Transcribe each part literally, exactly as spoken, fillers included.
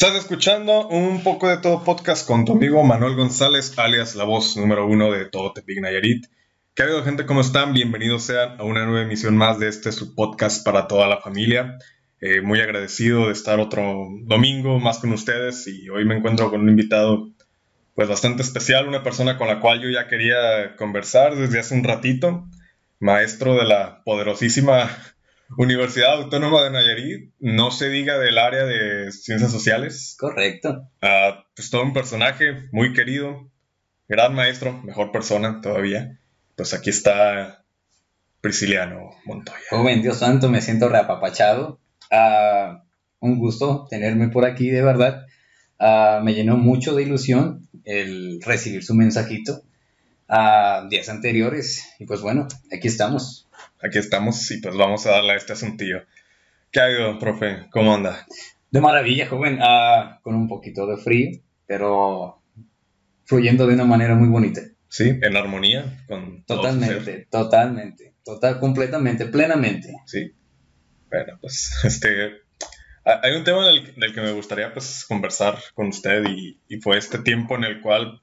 Estás escuchando un poco de todo podcast con tu amigo Manuel González, alias la voz número uno de todo Tepic Nayarit. ¿Qué ha habido, gente? ¿Cómo están? Bienvenidos sean a una nueva emisión más de este su podcast para toda la familia. Eh, muy agradecido de estar otro domingo más con ustedes, y hoy me encuentro con un invitado pues bastante especial, una persona con la cual yo ya quería conversar desde hace un ratito, maestro de la poderosísima Universidad Autónoma de Nayarit, no se diga del área de ciencias sociales. Correcto. Uh, pues todo un personaje muy querido, gran maestro, mejor persona todavía. Pues aquí está Prisciliano Montoya. Joven, Dios santo, me siento reapapachado. Uh, un gusto tenerme por aquí, de verdad. Uh, me llenó mucho de ilusión el recibir su mensajito a uh, días anteriores. Y pues bueno, aquí estamos. Aquí estamos y pues vamos a darle a este asuntillo. ¿Qué ha habido, profe? ¿Cómo anda? De maravilla, joven. Uh, con un poquito de frío, pero fluyendo de una manera muy bonita. Sí, en armonía con totalmente, totalmente, total, completamente, plenamente. Sí. Bueno, pues este hay un tema del, del que me gustaría pues conversar con usted, y, y fue este tiempo en el cual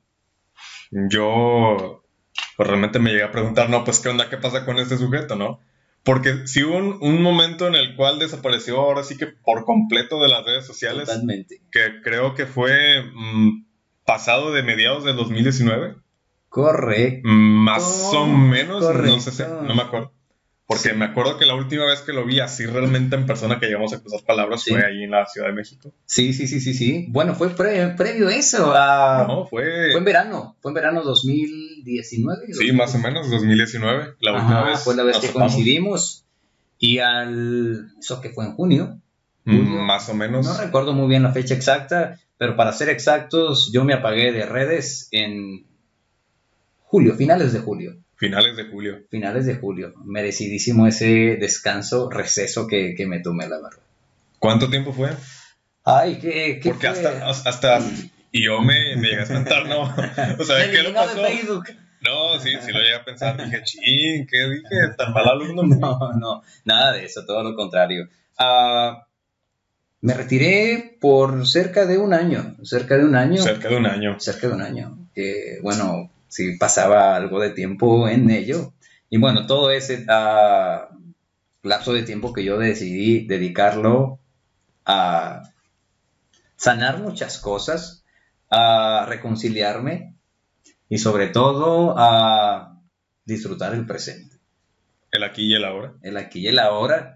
yo pues realmente me llegué a preguntar, no, pues qué onda, qué pasa con este sujeto, ¿no? Porque sí hubo un, un momento en el cual desapareció ahora sí que por completo de las redes sociales. Totalmente. Que creo que fue mmm, pasado de mediados del dos mil diecinueve. Correcto. Más o menos, Correcto. no sé si, no me acuerdo. Porque sí. Me acuerdo que la última vez que lo vi así realmente en persona, que llegamos a cruzar palabras, sí. Fue ahí en la Ciudad de México. Sí, sí, sí, sí, sí. Bueno, fue pre previo a eso. A... No, fue... Fue en verano. Fue en verano dos mil diecinueve. Sí, dos mil más o menos, dos mil diecinueve. La Ajá, última vez. Fue la vez que topamos. Coincidimos. Y al... Eso que fue en junio. Julio. Más o menos. No recuerdo muy bien la fecha exacta, pero para ser exactos, yo me apagué de redes en julio, finales de julio. Finales de julio. Finales de julio. Merecidísimo ese descanso, receso que, que me tomé, la verdad. ¿Cuánto tiempo fue? Ay, ¿qué, qué Porque fue? hasta, hasta... Y yo me, me llegué a espantar, ¿no? O sea, ¿qué le pasó? De Facebook. No, sí, sí lo llegué a pensar. Dije, ching, ¿qué dije? ¿Tan mal alumno? No, no, nada de eso, todo lo contrario. Ah... Uh, Me retiré por cerca de un año, cerca de un año. Cerca de un año. Cerca de un año. Que, bueno, sí pasaba algo de tiempo en ello. Y bueno, todo ese uh, lapso de tiempo que yo decidí dedicarlo a sanar muchas cosas, a reconciliarme y sobre todo a disfrutar el presente. El aquí y el ahora. El aquí y el ahora.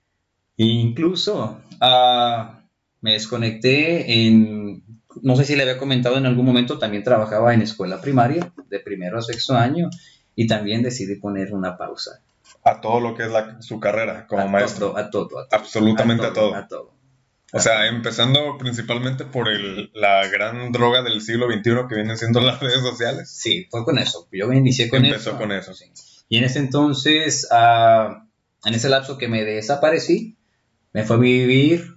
Incluso uh, me desconecté en, no sé si le había comentado en algún momento, también trabajaba en escuela primaria, de primero a sexto año, y también decidí poner una pausa. A todo lo que es la, su carrera como a maestro. Todo, a todo, a todo. Absolutamente a todo. A todo. A todo. O a sea, todo. Empezando principalmente por el, la gran droga del siglo veintiuno que vienen siendo las redes sociales. Sí, fue con eso. Yo me inicié con Empezó eso. Empezó con eso. Sí. Y en ese entonces, uh, en ese lapso que me desaparecí, me fue a vivir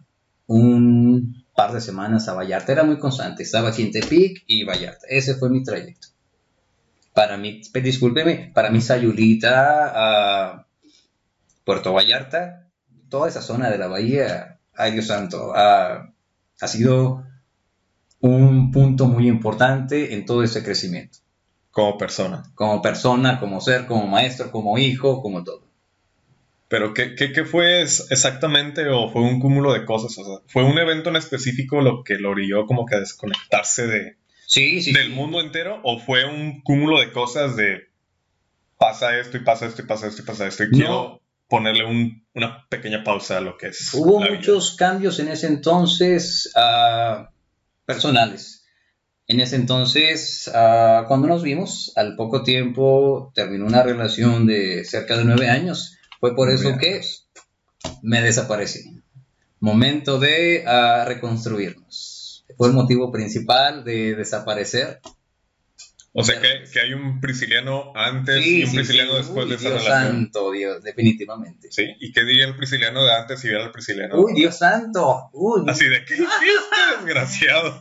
un par de semanas a Vallarta. Era muy constante. Estaba aquí en Tepic y Vallarta. Ese fue mi trayecto. Para mí, discúlpeme, para mí Sayulita, uh, Puerto Vallarta, toda esa zona de la bahía, ay Dios santo, uh, ha sido un punto muy importante en todo ese crecimiento. Como persona. Como persona, como ser, como maestro, como hijo, como todo. ¿Pero qué, qué, qué fue exactamente, o fue un cúmulo de cosas? O sea, ¿fue un evento en específico lo que lo orilló como que a desconectarse de, sí, sí, del sí. mundo entero? ¿O fue un cúmulo de cosas de pasa esto y pasa esto y pasa esto y pasa esto? Y no. Quiero ponerle un, una pequeña pausa a lo que es. Hubo muchos vida. cambios en ese entonces uh, personales. En ese entonces, uh, cuando nos vimos, al poco tiempo terminó una relación de cerca de nueve años. Fue por eso que me desaparecí. Momento de uh, reconstruirnos. Fue el motivo principal de desaparecer. O sea que, que hay un prisciliano antes sí, y un sí, prisciliano sí. después Uy, de esa Dios relación. Santo, Dios, definitivamente. Sí, ¿y qué diría el prisciliano de antes si viera al prisciliano? Uy, Dios santo. Uy. Así de, ¿qué hiciste, desgraciado?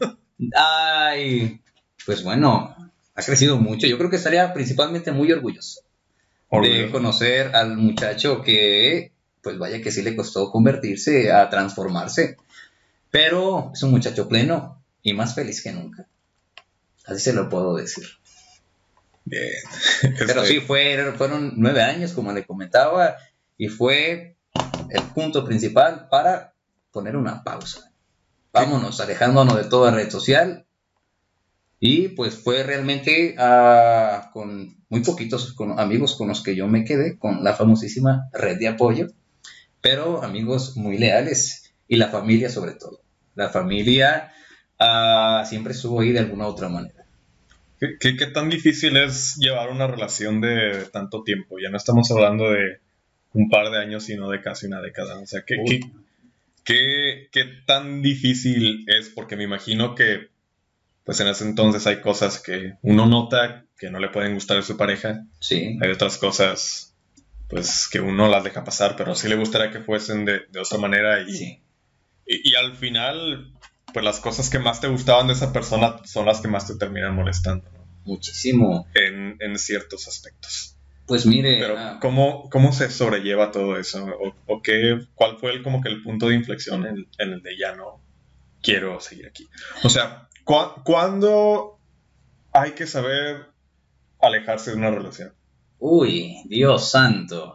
Ay, pues bueno, ha crecido mucho. Yo creo que estaría principalmente muy orgulloso. De conocer al muchacho que, pues vaya que sí le costó convertirse, a transformarse. Pero es un muchacho pleno y más feliz que nunca. Así se lo puedo decir. Bien. Pero sí, fue, fueron nueve años, como le comentaba, y fue el punto principal para poner una pausa. Vámonos, alejándonos de toda red social. Y pues fue realmente uh, con muy poquitos con amigos con los que yo me quedé, con la famosísima red de apoyo, pero amigos muy leales, y la familia sobre todo. La familia uh, siempre estuvo ahí de alguna u otra manera. ¿Qué, qué, ¿Qué tan difícil es llevar una relación de tanto tiempo? Ya no estamos hablando de un par de años, sino de casi una década. O sea, ¿qué, qué, qué, qué tan difícil es? Porque me imagino que pues en ese entonces hay cosas que uno nota que no le pueden gustar a su pareja. Sí. Hay otras cosas pues que uno las deja pasar, pero sí le gustaría que fuesen de, de otra manera. Y, sí. y, y al final, pues las cosas que más te gustaban de esa persona son las que más te terminan molestando, ¿no? Muchísimo. En, en ciertos aspectos. Pues mire... Pero ah, ¿cómo, ¿cómo se sobrelleva todo eso? ¿O, o qué, cuál fue el, como que el punto de inflexión en, en el de ya no quiero seguir aquí? O sea, ¿cu- ¿cuándo hay que saber alejarse de una relación? Uy, Dios santo.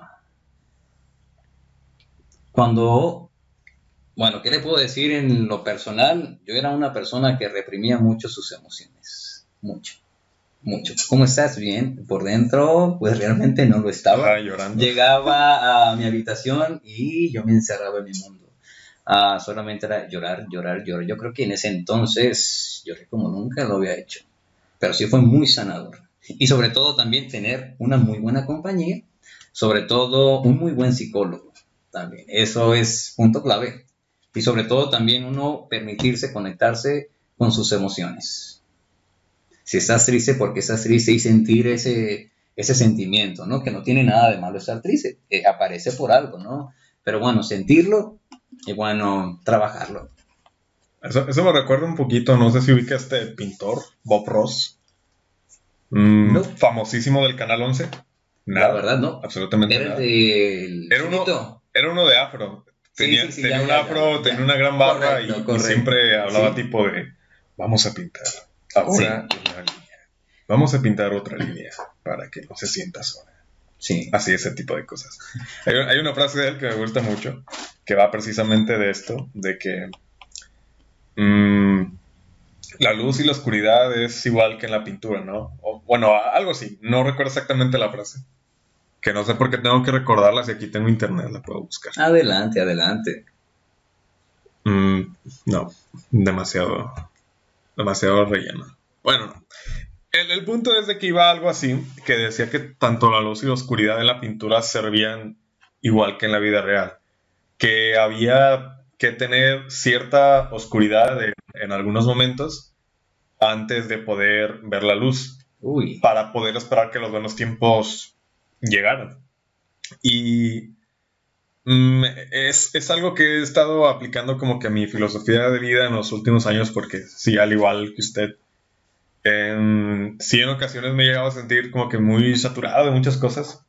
Cuando, bueno, ¿qué le puedo decir en lo personal? Yo era una persona que reprimía mucho sus emociones. Mucho, mucho. ¿Cómo estás? Bien. Por dentro, pues realmente no lo estaba. Ajá, llorando. Llegaba a mi habitación y yo me encerraba en mi mundo. Uh, solamente era llorar, llorar, llorar. Yo creo que en ese entonces lloré como nunca lo había hecho. Pero sí fue muy sanador. Y sobre todo también tener una muy buena compañía, sobre todo un muy buen psicólogo también. Eso es punto clave. Y sobre todo también uno permitirse conectarse con sus emociones. Si estás triste, porque estás triste, y sentir ese, ese sentimiento, ¿no? Que no tiene nada de malo estar triste, eh, aparece por algo, ¿no? Pero bueno, sentirlo y bueno, trabajarlo. Eso, eso me recuerda un poquito, no sé si ubica este pintor, Bob Ross. Mm, no. Famosísimo del Canal once. Nada, la verdad, no. Absolutamente era nada. El era, uno, era uno de afro. Tenía, sí, sí, sí, tenía ya, un ya, afro, ya, tenía ya. una gran barba. Correcto, y, correcto. y siempre hablaba sí. tipo de, vamos a pintar ahora Sí. una línea. Vamos a pintar otra línea para que no se sienta sola. Sí. Así, ese tipo de cosas. Hay, hay una frase de él que me gusta mucho, que va precisamente de esto, de que mmm, la luz y la oscuridad es igual que en la pintura, ¿no? O, bueno, algo así. No recuerdo exactamente la frase. Que no sé por qué tengo que recordarla, si aquí tengo internet, la puedo buscar. Adelante, adelante. Mm, no, demasiado, demasiado relleno. Bueno, el, el punto es de que iba algo así, que decía que tanto la luz y la oscuridad en la pintura servían igual que en la vida real. Que había que tener cierta oscuridad en, en algunos momentos antes de poder ver la luz. Uy. Para poder esperar que los buenos tiempos llegaran. Y mm, es, es algo que he estado aplicando como que a mi filosofía de vida en los últimos años, porque sí, al igual que usted, en, sí en ocasiones me he llegado a sentir como que muy saturado de muchas cosas.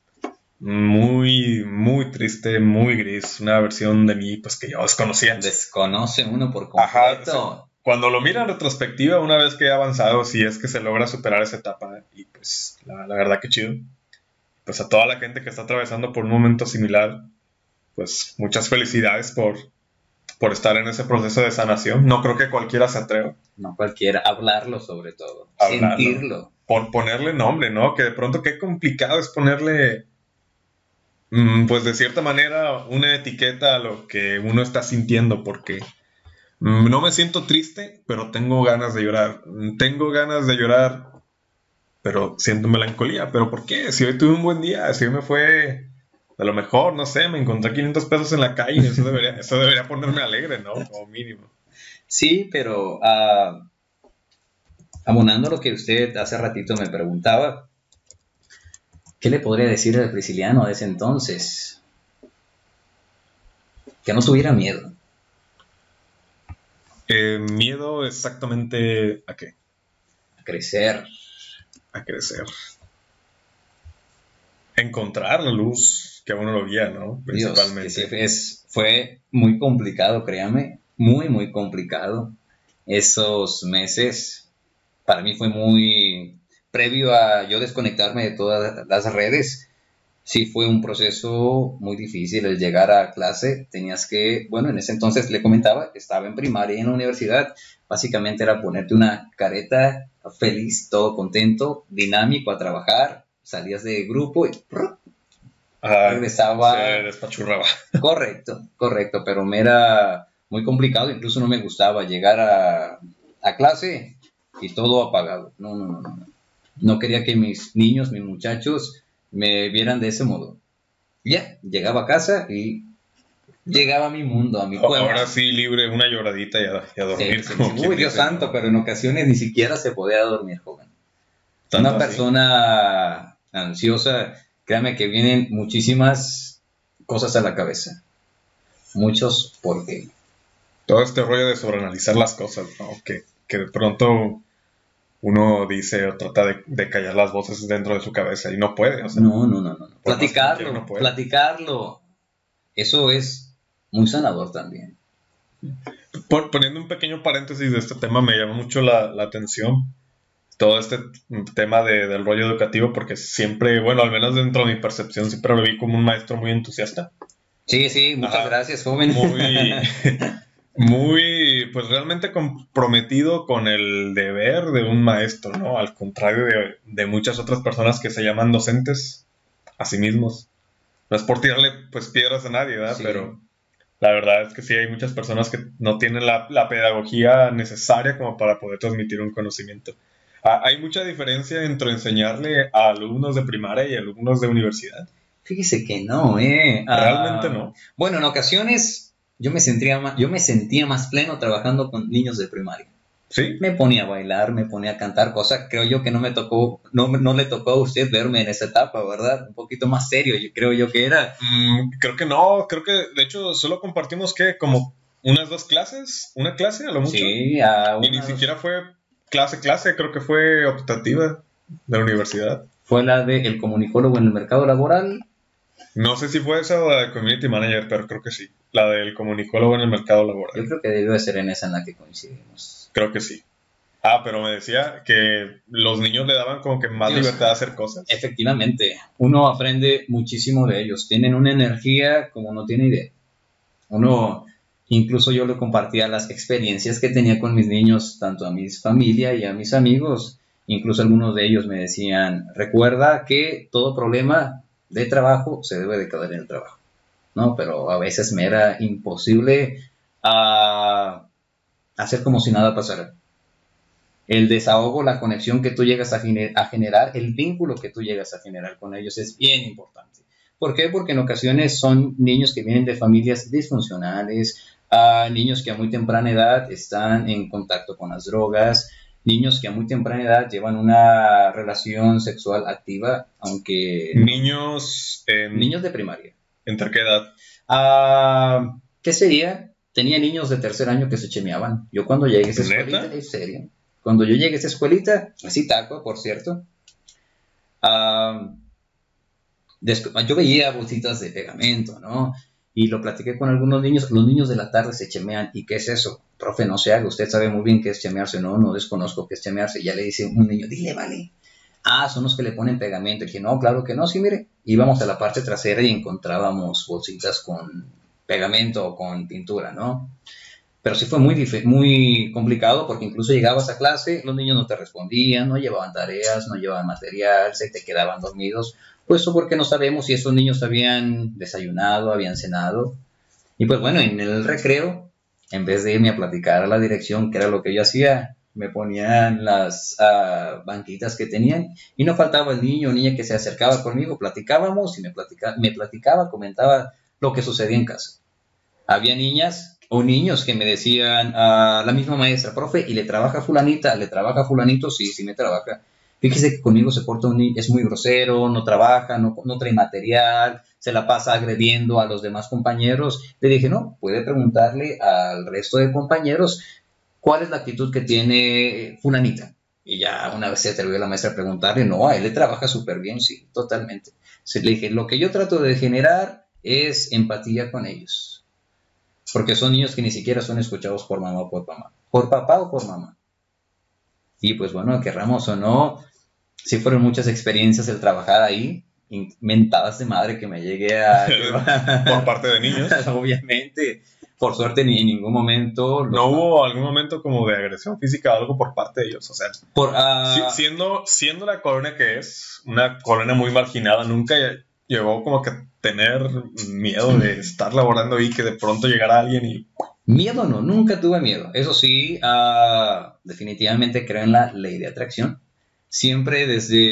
Muy, muy triste, muy gris. Una versión de mí pues que yo desconocía. Desconoce uno por completo. Ajá, sí. Cuando lo mira en retrospectiva, una vez que he avanzado, si es que se logra superar esa etapa. Y pues la, la verdad que chido. Pues a toda la gente que está atravesando por un momento similar, pues muchas felicidades por, por estar en ese proceso de sanación. No creo que cualquiera se atreva. No cualquiera, hablarlo sobre todo, Hablarlo. sentirlo. Por ponerle nombre, ¿no? Que de pronto qué complicado es ponerle, pues de cierta manera, una etiqueta a lo que uno está sintiendo, porque no me siento triste, pero tengo ganas de llorar. Tengo ganas de llorar, pero siento melancolía. ¿Pero por qué? Si hoy tuve un buen día, si hoy me fue a lo mejor, no sé, me encontré quinientos pesos en la calle, eso debería, eso debería ponerme alegre, ¿no? Como mínimo. Sí, pero uh, abonando lo que usted hace ratito me preguntaba, ¿qué le podría decir al Prisciliano de ese entonces? Que no tuviera miedo. Eh, miedo exactamente ¿a qué? A crecer. A crecer. Encontrar la luz que a uno lo guía, ¿no? Principalmente. Dios, que sí, es, fue muy complicado, créame. muy, muy complicado. Esos meses para mí fue muy previo a yo desconectarme de todas las redes. Sí fue un proceso muy difícil el llegar a clase. Tenías que, bueno, en ese entonces le comentaba, estaba en primaria y en la universidad. Básicamente era ponerte una careta feliz, todo contento, dinámico a trabajar. Salías de grupo y ¡prr! Ah, Regresaba. se despachurraba. Correcto, correcto, pero me era muy complicado. Incluso no me gustaba llegar a, a clase y todo apagado. No, no, no, no. No quería que mis niños, mis muchachos me vieran de ese modo. Ya, llegaba a casa y llegaba a mi mundo, a mi cueva. Ahora sí, libre, una lloradita y a, y a dormir. Sí, Como sí, quien uy, Dios dice, santo, ¿no? pero en ocasiones ni siquiera se podía dormir, joven. Tanto Una así. persona ansiosa, créame que vienen muchísimas cosas a la cabeza. Muchos por qué. Todo este rollo de sobreanalizar las cosas, ¿no? Que, que de pronto uno dice o trata de, de callar las voces dentro de su cabeza y no puede, o sea, No, no, no, no. no. por más que quiera, Platicarlo, no puede. platicarlo. Eso es muy sanador también. Por- poniendo un pequeño paréntesis de este tema, me llama mucho la, la atención todo este tema de- del rollo educativo, porque siempre, bueno, al menos dentro de mi percepción, siempre lo vi como un maestro muy entusiasta. Sí, sí, muchas Ajá. gracias, joven. Muy, muy, pues realmente comprometido con el deber de un maestro, ¿no? Al contrario de, de muchas otras personas que se llaman docentes a sí mismos. No es por tirarle, pues, piedras a nadie, ¿verdad? Sí. Pero la verdad es que sí hay muchas personas que no tienen la, la pedagogía necesaria como para poder transmitir un conocimiento. Ah, hay mucha diferencia entre enseñarle a alumnos de primaria y alumnos de universidad. Fíjese que no, eh. Realmente Ah, no. Bueno, en ocasiones yo me sentía más, yo me sentía más pleno trabajando con niños de primaria. ¿Sí? Me ponía a bailar, me ponía a cantar, cosa creo yo que no me tocó, no, no le tocó a usted verme en esa etapa, ¿verdad? Un poquito más serio, yo creo yo que era. Mm, creo que no, creo que de hecho solo compartimos que como unas dos clases, una clase a lo mucho. Sí, a Y ni una, siquiera fue clase, clase, creo que fue optativa de la universidad. fue la de el comunicólogo en el mercado laboral. No sé si fue esa o la de Community Manager, pero creo que sí. La del comunicólogo en el mercado laboral. Yo creo que debió de ser en esa en la que coincidimos. Creo que sí. Ah, pero me decía que los niños le daban como que más Dios. libertad de hacer cosas. Efectivamente, uno aprende muchísimo de ellos. Tienen una energía como no tiene idea. Uno, incluso yo le compartía las experiencias que tenía con mis niños, tanto a mi familia y a mis amigos. Incluso algunos de ellos me decían, recuerda que todo problema de trabajo se debe de quedar en el trabajo. No, pero a veces me era imposible ah, hacer como si nada pasara. El desahogo, la conexión que tú llegas a, gener- a generar, el vínculo que tú llegas a generar con ellos es bien importante. ¿Por qué? Porque en ocasiones son niños que vienen de familias disfuncionales, uh, niños que a muy temprana edad están en contacto con las drogas, niños que a muy temprana edad llevan una relación sexual activa, aunque... Niños en... Niños de primaria. ¿Entre qué edad? Uh, ¿Qué sería? Tenía niños de tercer año que se chemeaban. Yo cuando llegué a esa escuelita, ¿Neta? en serio, cuando yo llegué a esa escuelita, así taco, por cierto, uh, después, yo veía bolsitas de pegamento, ¿no? Y lo platiqué con algunos niños. Los niños de la tarde se chemean. ¿Y qué es eso? Profe, no se haga. Usted sabe muy bien qué es chemearse. No, no desconozco qué es chemearse. Ya le dice un niño, dile, vale. Ah, son los que le ponen pegamento. Y dije, no, claro que no. Sí, mire. Íbamos a la parte trasera y encontrábamos bolsitas con pegamento o con pintura, ¿no? Pero sí fue muy, muy complicado porque incluso llegabas a clase, los niños no te respondían, no llevaban tareas, no llevaban material, se te quedaban dormidos. Pues eso porque no sabemos si esos niños habían desayunado, habían cenado. Y pues bueno, en el recreo, en vez de irme a platicar a la dirección, que era lo que yo hacía, me ponían las uh, banquitas que tenían y no faltaba el niño o niña que se acercaba conmigo, platicábamos y me platicaba, me platicaba, comentaba lo que sucedía en casa. Había niñas o niños que me decían a la misma maestra, profe, ¿y le trabaja fulanita? ¿Le trabaja fulanito? Sí, sí me trabaja. Fíjese que conmigo se porta un niño, es muy grosero, no trabaja, no, no trae material, se la pasa agrediendo a los demás compañeros. Le dije, no, puede preguntarle al resto de compañeros cuál es la actitud que tiene fulanita. Y ya una vez se atrevió la maestra a preguntarle, no, a él le trabaja súper bien, sí, totalmente. Entonces le dije, lo que yo trato de generar es empatía con ellos. porque son niños que ni siquiera son escuchados por mamá o por papá, por papá o por mamá. Y pues bueno, querramos o no, sí fueron muchas experiencias el trabajar ahí, mentadas de madre que me llegué a... Por parte de niños. Obviamente, por suerte ni en ningún momento... ¿No los... hubo algún momento como de agresión física o algo por parte de ellos? O sea, por, uh... si, siendo, siendo la colonia que es, una colonia muy marginada, nunca llegó como que tener miedo de estar laborando ahí, que de pronto llegara alguien y... Miedo no, nunca tuve miedo. Eso sí, uh, definitivamente creo en la ley de atracción. Siempre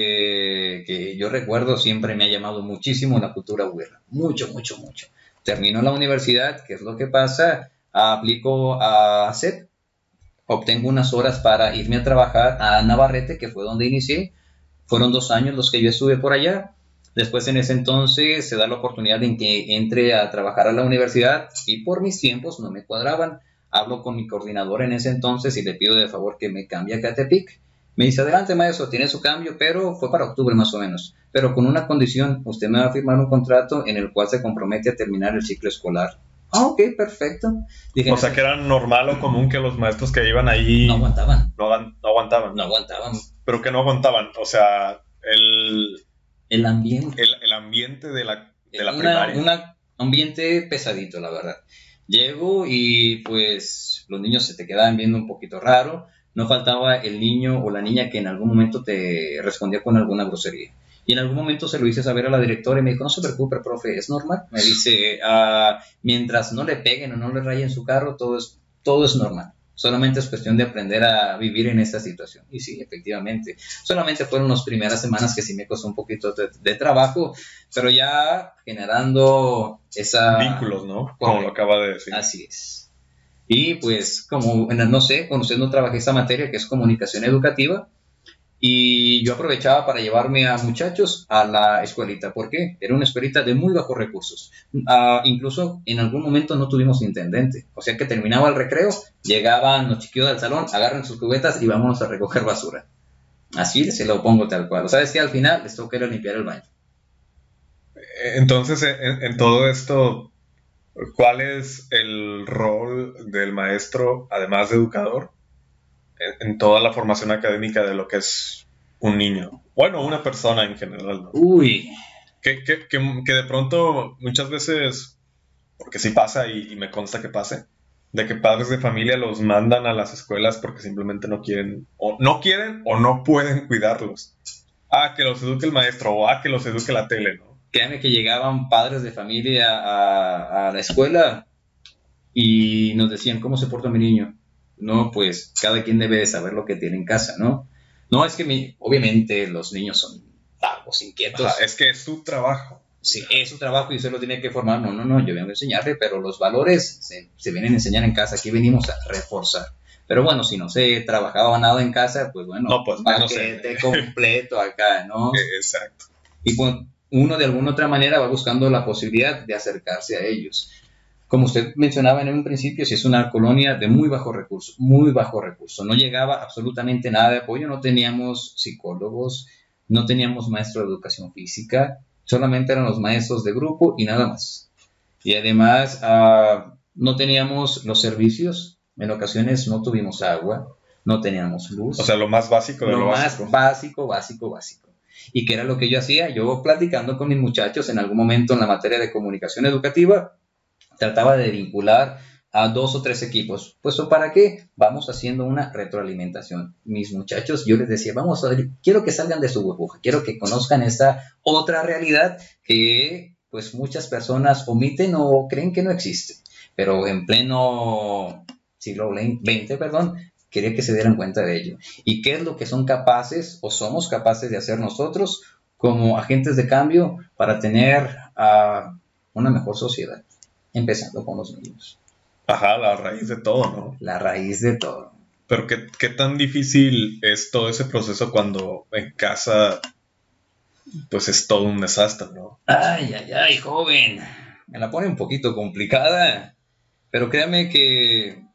desde que yo recuerdo, siempre me ha llamado muchísimo la cultura güera. Mucho, mucho, mucho. Termino la universidad, ¿qué es lo que pasa? Aplico a C E P, obtengo unas horas para irme a trabajar a Navarrete, que fue donde inicié. Fueron dos años los que yo estuve por allá. Después, en ese entonces, se da la oportunidad de que entre a trabajar a la universidad y por mis tiempos no me cuadraban. Hablo con mi coordinador en ese entonces y le pido de favor que me cambie a Catepic. Me dice, adelante maestro, tiene su cambio, pero fue para octubre más o menos. Pero con una condición, usted me va a firmar un contrato en el cual se compromete a terminar el ciclo escolar. Ah, ok, perfecto. Dije, o sea, que era normal o común que los maestros que iban ahí... No aguantaban. No, no aguantaban. No aguantaban. ¿Pero qué no aguantaban? O sea, el... El ambiente. El, el ambiente de la, de la una, primaria. Un ambiente pesadito, la verdad. Llego y pues los niños se te quedaban viendo un poquito raro. No faltaba el niño o la niña que en algún momento te respondía con alguna grosería. Y en algún momento se lo hice saber a la directora y me dijo, no se preocupe, profe, es normal. Me dice, ah, mientras no le peguen o no le rayen su carro, todo es, todo es normal. Solamente es cuestión de aprender a vivir en esta situación. Y sí, efectivamente. Solamente fueron las primeras semanas que sí me costó un poquito de, de trabajo, pero ya generando esa... Vínculos, ¿no? Como lo acaba de decir. Así es. Y pues, como, no sé, con usted no trabajé esta materia que es comunicación educativa, y yo aprovechaba para llevarme a muchachos a la escuelita. ¿Por qué? Era una escuelita de muy bajos recursos. Uh, incluso en algún momento no tuvimos intendente. O sea que terminaba el recreo, llegaban los chiquillos del salón, agarran sus cubetas y vámonos a recoger basura. Así se lo pongo tal cual. O sabes que al final les toca ir a limpiar el baño. Entonces, en, en todo esto, ¿cuál es el rol del maestro, además de educador, en, en toda la formación académica de lo que es un niño? Bueno, una persona en general, ¿no? Uy. Que, que, que, que de pronto muchas veces, porque sí pasa y, y me consta que pase, de que padres de familia los mandan a las escuelas porque simplemente no quieren, o no quieren o no pueden cuidarlos. Ah, que los eduque el maestro, o ah, que los eduque la tele, ¿no? Créanme que llegaban padres de familia a, a la escuela y nos decían, ¿cómo se porta mi niño? No, pues cada quien debe de saber lo que tiene en casa, ¿no? No, es que mi, obviamente los niños son vagos, inquietos. Ajá, es que es su trabajo. Sí, es su trabajo y usted lo tiene que formar. No, no, no, yo vengo a enseñarle, pero los valores se, se vienen a enseñar en casa. Aquí venimos a reforzar. Pero bueno, si no se trabajaba nada en casa, pues bueno, no, pues, paquete completo acá, ¿no? Exacto. Y pues uno de alguna otra manera va buscando la posibilidad de acercarse a ellos. Como usted mencionaba en un principio, si es una colonia de muy bajo recurso, muy bajo recurso. No llegaba absolutamente nada de apoyo, no teníamos psicólogos, no teníamos maestro de educación física, solamente eran los maestros de grupo y nada más. Y además uh, no teníamos los servicios, en ocasiones no tuvimos agua, no teníamos luz. O sea, lo más básico de lo, lo básico. más básico, básico, básico. ¿Y qué era lo que yo hacía? Yo platicando con mis muchachos en algún momento en la materia de comunicación educativa, trataba de vincular a dos o tres equipos. ¿Pues para qué? Vamos haciendo una retroalimentación. Mis muchachos, yo les decía, vamos a ver, quiero que salgan de su burbuja, quiero que conozcan esta otra realidad que pues muchas personas omiten o creen que no existe. Pero en pleno siglo veinte, perdón, quería que se dieran cuenta de ello. ¿Y qué es lo que son capaces o somos capaces de hacer nosotros como agentes de cambio para tener uh, una mejor sociedad? Empezando con los niños. Ajá, la raíz de todo, ¿no? La raíz de todo. Pero ¿qué, qué tan difícil es todo ese proceso cuando en casa pues es todo un desastre, ¿no? Ay, ay, ay, joven. Me la pone un poquito complicada, pero créame que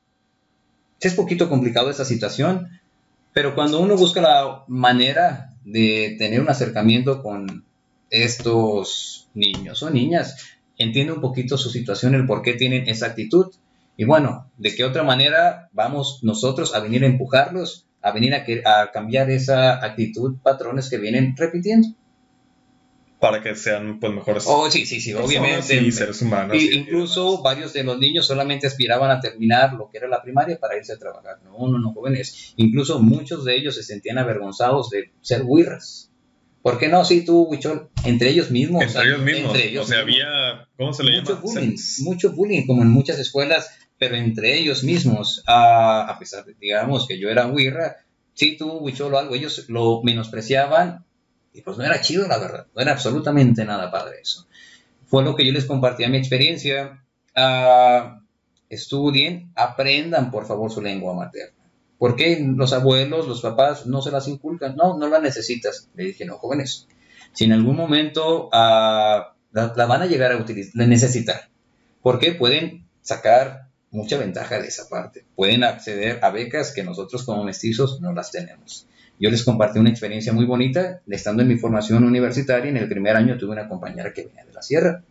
es poquito complicado esa situación, pero cuando uno busca la manera de tener un acercamiento con estos niños o niñas, entiende un poquito su situación, el por qué tienen esa actitud. Y bueno, ¿de qué otra manera vamos nosotros a venir a empujarlos, a venir a, que, a cambiar esa actitud, patrones que vienen repitiendo? Para que sean pues mejores oh, sí, sí, sí, obviamente. Y seres humanos. Y, y incluso y varios de los niños solamente aspiraban a terminar lo que era la primaria para irse a trabajar. No, no, no, jóvenes. Incluso muchos de ellos se sentían avergonzados de ser huirras. ¿Por qué no? Sí, tú, Huichol, entre ellos mismos. Entre o sea, ellos mismos. Entre ellos o sea, mismos. había, ¿cómo se le mucho llama? Bullying, mucho bullying, como en muchas escuelas, pero entre ellos mismos, a, a pesar de, digamos, que yo era huirra, sí, tú, Huichol o algo, ellos lo menospreciaban, y pues no era chido, la verdad, no era absolutamente nada padre eso. Fue lo que yo les compartía mi experiencia. Uh, estudien, aprendan, por favor, su lengua materna. ¿Por qué los abuelos, los papás no se las inculcan? No, no la necesitas. Le dije, no, jóvenes, si en algún momento uh, la, la van a llegar a utilizar, la necesitar, porque pueden sacar mucha ventaja de esa parte. Pueden acceder a becas que nosotros como mestizos no las tenemos. Yo les compartí una experiencia muy bonita. Estando en mi formación universitaria, en el primer año tuve una compañera que venía de la sierra.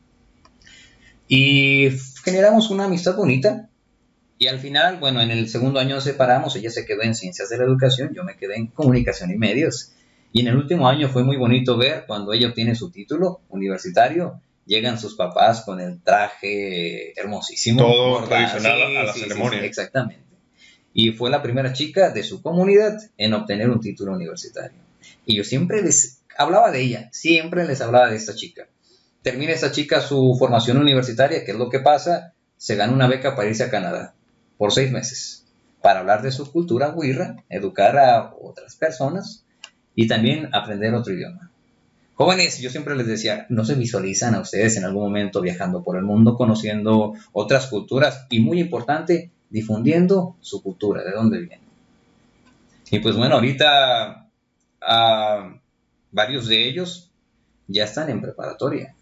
Y generamos una amistad bonita. Y al final, bueno, en el segundo año nos separamos. Ella se quedó en Ciencias de la Educación, yo me quedé en Comunicación y Medios. Y en el último año fue muy bonito ver cuando ella obtiene su título universitario. Llegan sus papás con el traje hermosísimo. Todo bordado, tradicional sí, a la sí, ceremonia. Sí, sí, exactamente. Y fue la primera chica de su comunidad en obtener un título universitario. Y yo siempre les hablaba de ella, siempre les hablaba de esta chica. Termina esta chica su formación universitaria, ¿qué es lo que pasa? Se gana una beca para irse a Canadá por seis meses, para hablar de su cultura huirra, educar a otras personas y también aprender otro idioma. Jóvenes, yo siempre les decía, ¿no se visualizan a ustedes en algún momento viajando por el mundo, conociendo otras culturas? Y muy importante, difundiendo su cultura, de dónde viene. Y pues bueno, ahorita uh, varios de ellos ya están en preparatoria.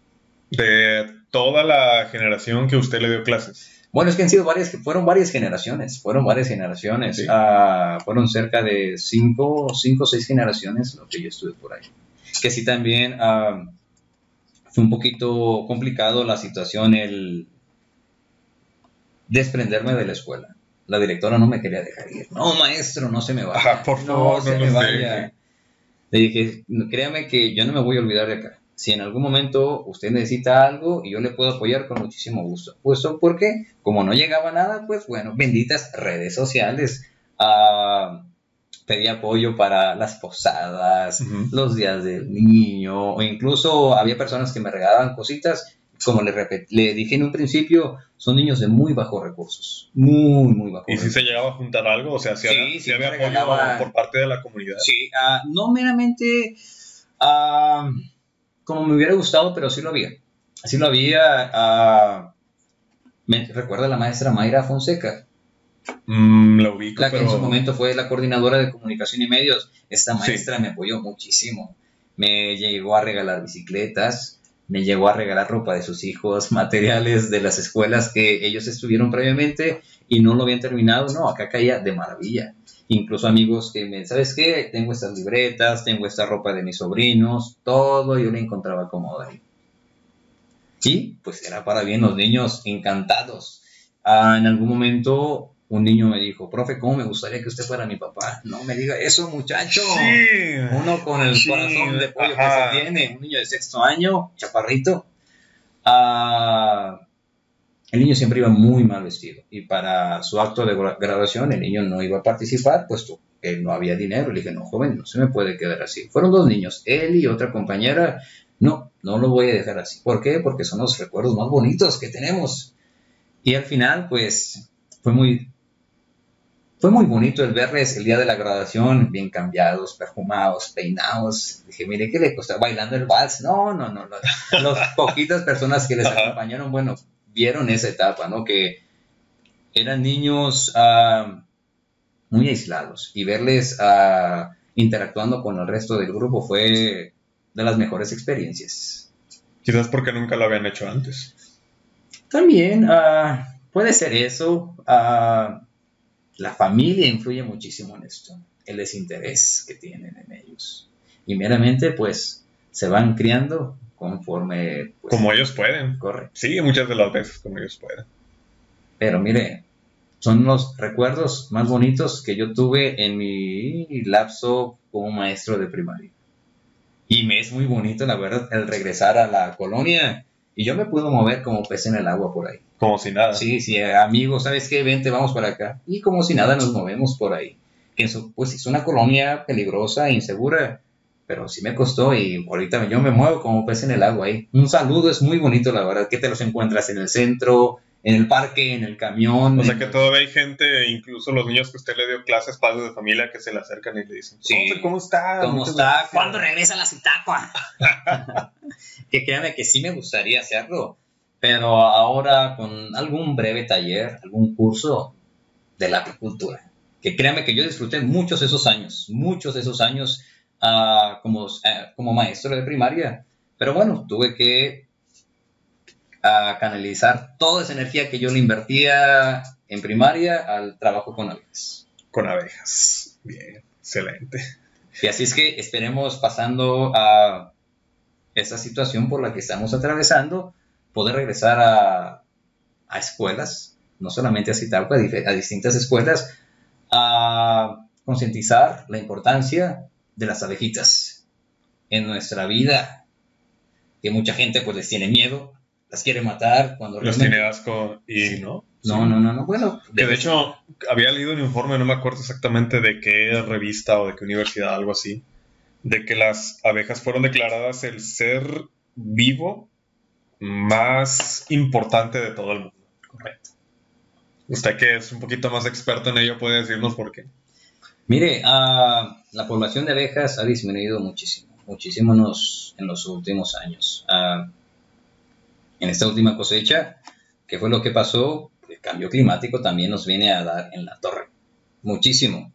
De toda la generación que usted le dio clases. Bueno, es que han sido varias, fueron varias generaciones, fueron varias generaciones, sí. uh, fueron cerca de cinco, cinco o seis generaciones lo que yo estuve por ahí. Que sí también uh, fue un poquito complicado la situación, el desprenderme de la escuela. La directora no me quería dejar ir. No, maestro, no se me vaya. Ah, por favor, no, no se no me vaya. Deje. Le dije, créame que yo no me voy a olvidar de acá. Si en algún momento usted necesita algo y yo le puedo apoyar con muchísimo gusto. Pues, ¿por qué? Como no llegaba nada, pues bueno, benditas redes sociales. Uh, pedí apoyo para las posadas, uh-huh. los días del niño, o incluso había personas que me regalaban cositas. Como le, repet- le dije en un principio, son niños de muy bajos recursos, muy, muy bajos ¿Y recursos. si se llegaba a juntar algo? O sea, si sí, había, sí, si había apoyo regalaba... por parte de la comunidad. Sí, uh, no meramente uh, como me hubiera gustado, pero sí lo había. Sí lo había. Uh, me recuerda la maestra Mayra Fonseca. Mm, la ubico, La que pero... en su momento fue la coordinadora de comunicación y medios. Esta maestra sí. me apoyó muchísimo. Me llegó a regalar bicicletas, me llegó a regalar ropa de sus hijos, materiales de las escuelas que ellos estuvieron previamente y no lo habían terminado. No, acá caía de maravilla. Incluso amigos que me, ¿sabes qué? Tengo estas libretas, tengo esta ropa de mis sobrinos, todo yo le encontraba cómodo ahí. Y pues era para bien, los niños encantados. Ah, en algún momento un niño me dijo, profe, ¿cómo me gustaría que usted fuera mi papá? No me diga eso, muchacho. Sí, Uno con el sí, corazón de pollo ajá. que se tiene, un niño de sexto año, chaparrito. Ah, el niño siempre iba muy mal vestido y para su acto de graduación el niño no iba a participar, puesto que no había dinero. Le dije, no, joven, no se me puede quedar así. Fueron dos niños, él y otra compañera. No, no lo voy a dejar así. ¿Por qué? Porque son los recuerdos más bonitos que tenemos. Y al final, pues, fue muy, fue muy bonito el verles el día de la graduación, bien cambiados, perfumados, peinados. Dije, mire, ¿qué le costó? Bailando el vals. No, no, no. no. Las poquitas personas que les acompañaron, bueno, vieron esa etapa, ¿no? Que eran niños uh, muy aislados y verles uh, interactuando con el resto del grupo fue de las mejores experiencias. Quizás porque nunca lo habían hecho antes. También uh, puede ser eso. Uh, la familia influye muchísimo en esto, el desinterés que tienen en ellos. Y meramente, pues, se van criando conforme... Pues, como ellos pueden. Correcto. Sí, muchas de las veces como ellos pueden. Pero mire, son los recuerdos más bonitos que yo tuve en mi lapso como maestro de primaria. Y me es muy bonito, la verdad, el regresar a la colonia. Y yo me puedo mover como pez en el agua por ahí. Como si nada. Sí, sí, amigos, ¿sabes qué? Vente, vamos para acá. Y como si nada nos movemos por ahí. Que eso, pues es una colonia peligrosa, insegura, pero sí me costó y ahorita yo me muevo como pez en el agua ahí. Un saludo, es muy bonito, la verdad, que te los encuentras en el centro, en el parque, en el camión. O sea que el... todavía hay gente, incluso los niños que usted le dio clases, padres de familia, que se le acercan y le dicen, sí, ¿cómo está? ¿Cómo Muchas está? gracias. ¿Cuándo regresa la Citacua? Que créanme que sí me gustaría hacerlo, pero ahora con algún breve taller, algún curso de la apicultura. Que créanme que yo disfruté muchos de esos años, muchos de esos años uh, como, uh, como maestro de primaria. Pero bueno, tuve que uh, canalizar toda esa energía que yo le invertía en primaria al trabajo con abejas. Con abejas. Bien, excelente. Y así es que esperemos, pasando a esa situación por la que estamos atravesando, poder regresar a, a escuelas, no solamente a Zitalco, a, a distintas escuelas, a concientizar la importancia de las abejitas en nuestra vida, que mucha gente pues les tiene miedo, las quiere matar cuando los realmente... tiene asco y sí. no. No, sí. no, no, no, bueno. Que de, de hecho había leído un informe, no me acuerdo exactamente de qué revista o de qué universidad, algo así, de que las abejas fueron declaradas el ser vivo más importante de todo el mundo. Correcto. Usted que es un poquito más experto en ello puede decirnos por qué. Mire, uh, la población de abejas ha disminuido muchísimo, muchísimo en los, en los últimos años. Uh, en esta última cosecha, ¿qué fue lo que pasó? El cambio climático también nos viene a dar en la torre, muchísimo.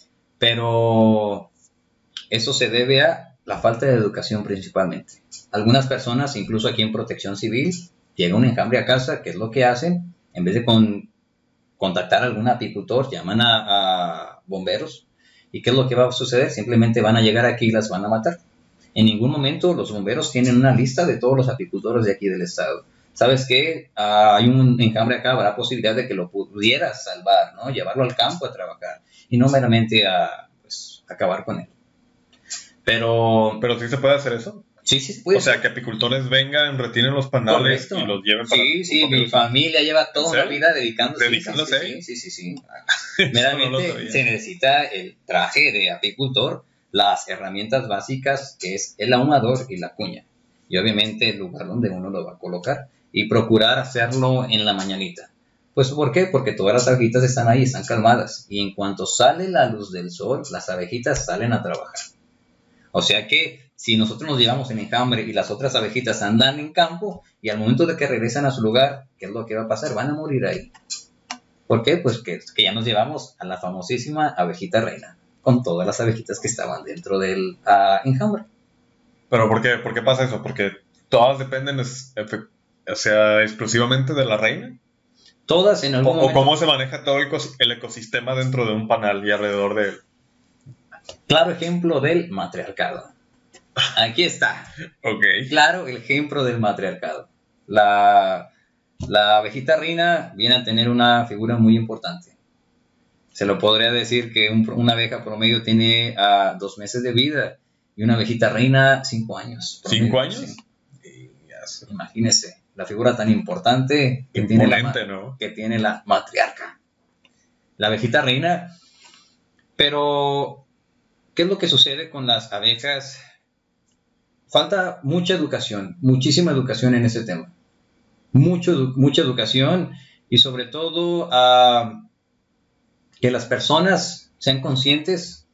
Pero eso se debe a la falta de educación principalmente. Algunas personas, incluso aquí en Protección Civil, llega un enjambre a casa, ¿qué es lo que hacen? En vez de con, contactar a algún apicultor, llaman a, a bomberos. ¿Y qué es lo que va a suceder? Simplemente van a llegar aquí y las van a matar. En ningún momento los bomberos tienen una lista de todos los apicultores de aquí del estado. ¿Sabes qué? Uh, hay un enjambre acá, habrá posibilidad de que lo pudieras salvar, ¿no? Llevarlo al campo a trabajar y no meramente a pues, acabar con él. Pero... ¿Pero sí se puede hacer eso? Sí, sí se puede. O sea, que apicultores vengan, retiren los panales. Correcto. Y los lleven para... Sí, sí, mi familia lleva toda una vida dedicándose. ¿Dedicándose? Sí, sí, sí, sí. sí. Meramente no se necesita el traje de apicultor, las herramientas básicas, que es el ahumador y la cuña. Y obviamente el lugar donde uno lo va a colocar. Y procurar hacerlo en la mañanita. Pues, ¿por qué? Porque todas las abejitas están ahí, están calmadas. Y en cuanto sale la luz del sol, las abejitas salen a trabajar. O sea que si nosotros nos llevamos en enjambre y las otras abejitas andan en campo, y al momento de que regresan a su lugar, ¿qué es lo que va a pasar? Van a morir ahí. ¿Por qué? Pues que, que ya nos llevamos a la famosísima abejita reina, con todas las abejitas que estaban dentro del uh, enjambre. ¿Pero por qué? ¿Por qué pasa eso? ¿Porque todas dependen, es, o sea, exclusivamente de la reina? Todas en algún o, momento. ¿O cómo se maneja todo el, el ecosistema dentro de un panal y alrededor de él? Claro ejemplo del matriarcado. Aquí está. Okay. Claro, el ejemplo del matriarcado. La, la abejita reina viene a tener una figura muy importante. Se lo podría decir que un, una abeja promedio tiene uh, dos meses de vida y una abejita reina cinco años. Promedio. ¿Cinco años? Sí. Yes. Imagínese la figura tan importante que tiene, la, ¿no? que tiene la matriarca. La abejita reina. Pero, ¿qué es lo que sucede con las abejas? Falta mucha educación, muchísima educación en ese tema. Mucho, mucha educación y sobre todo uh, que las personas sean conscientes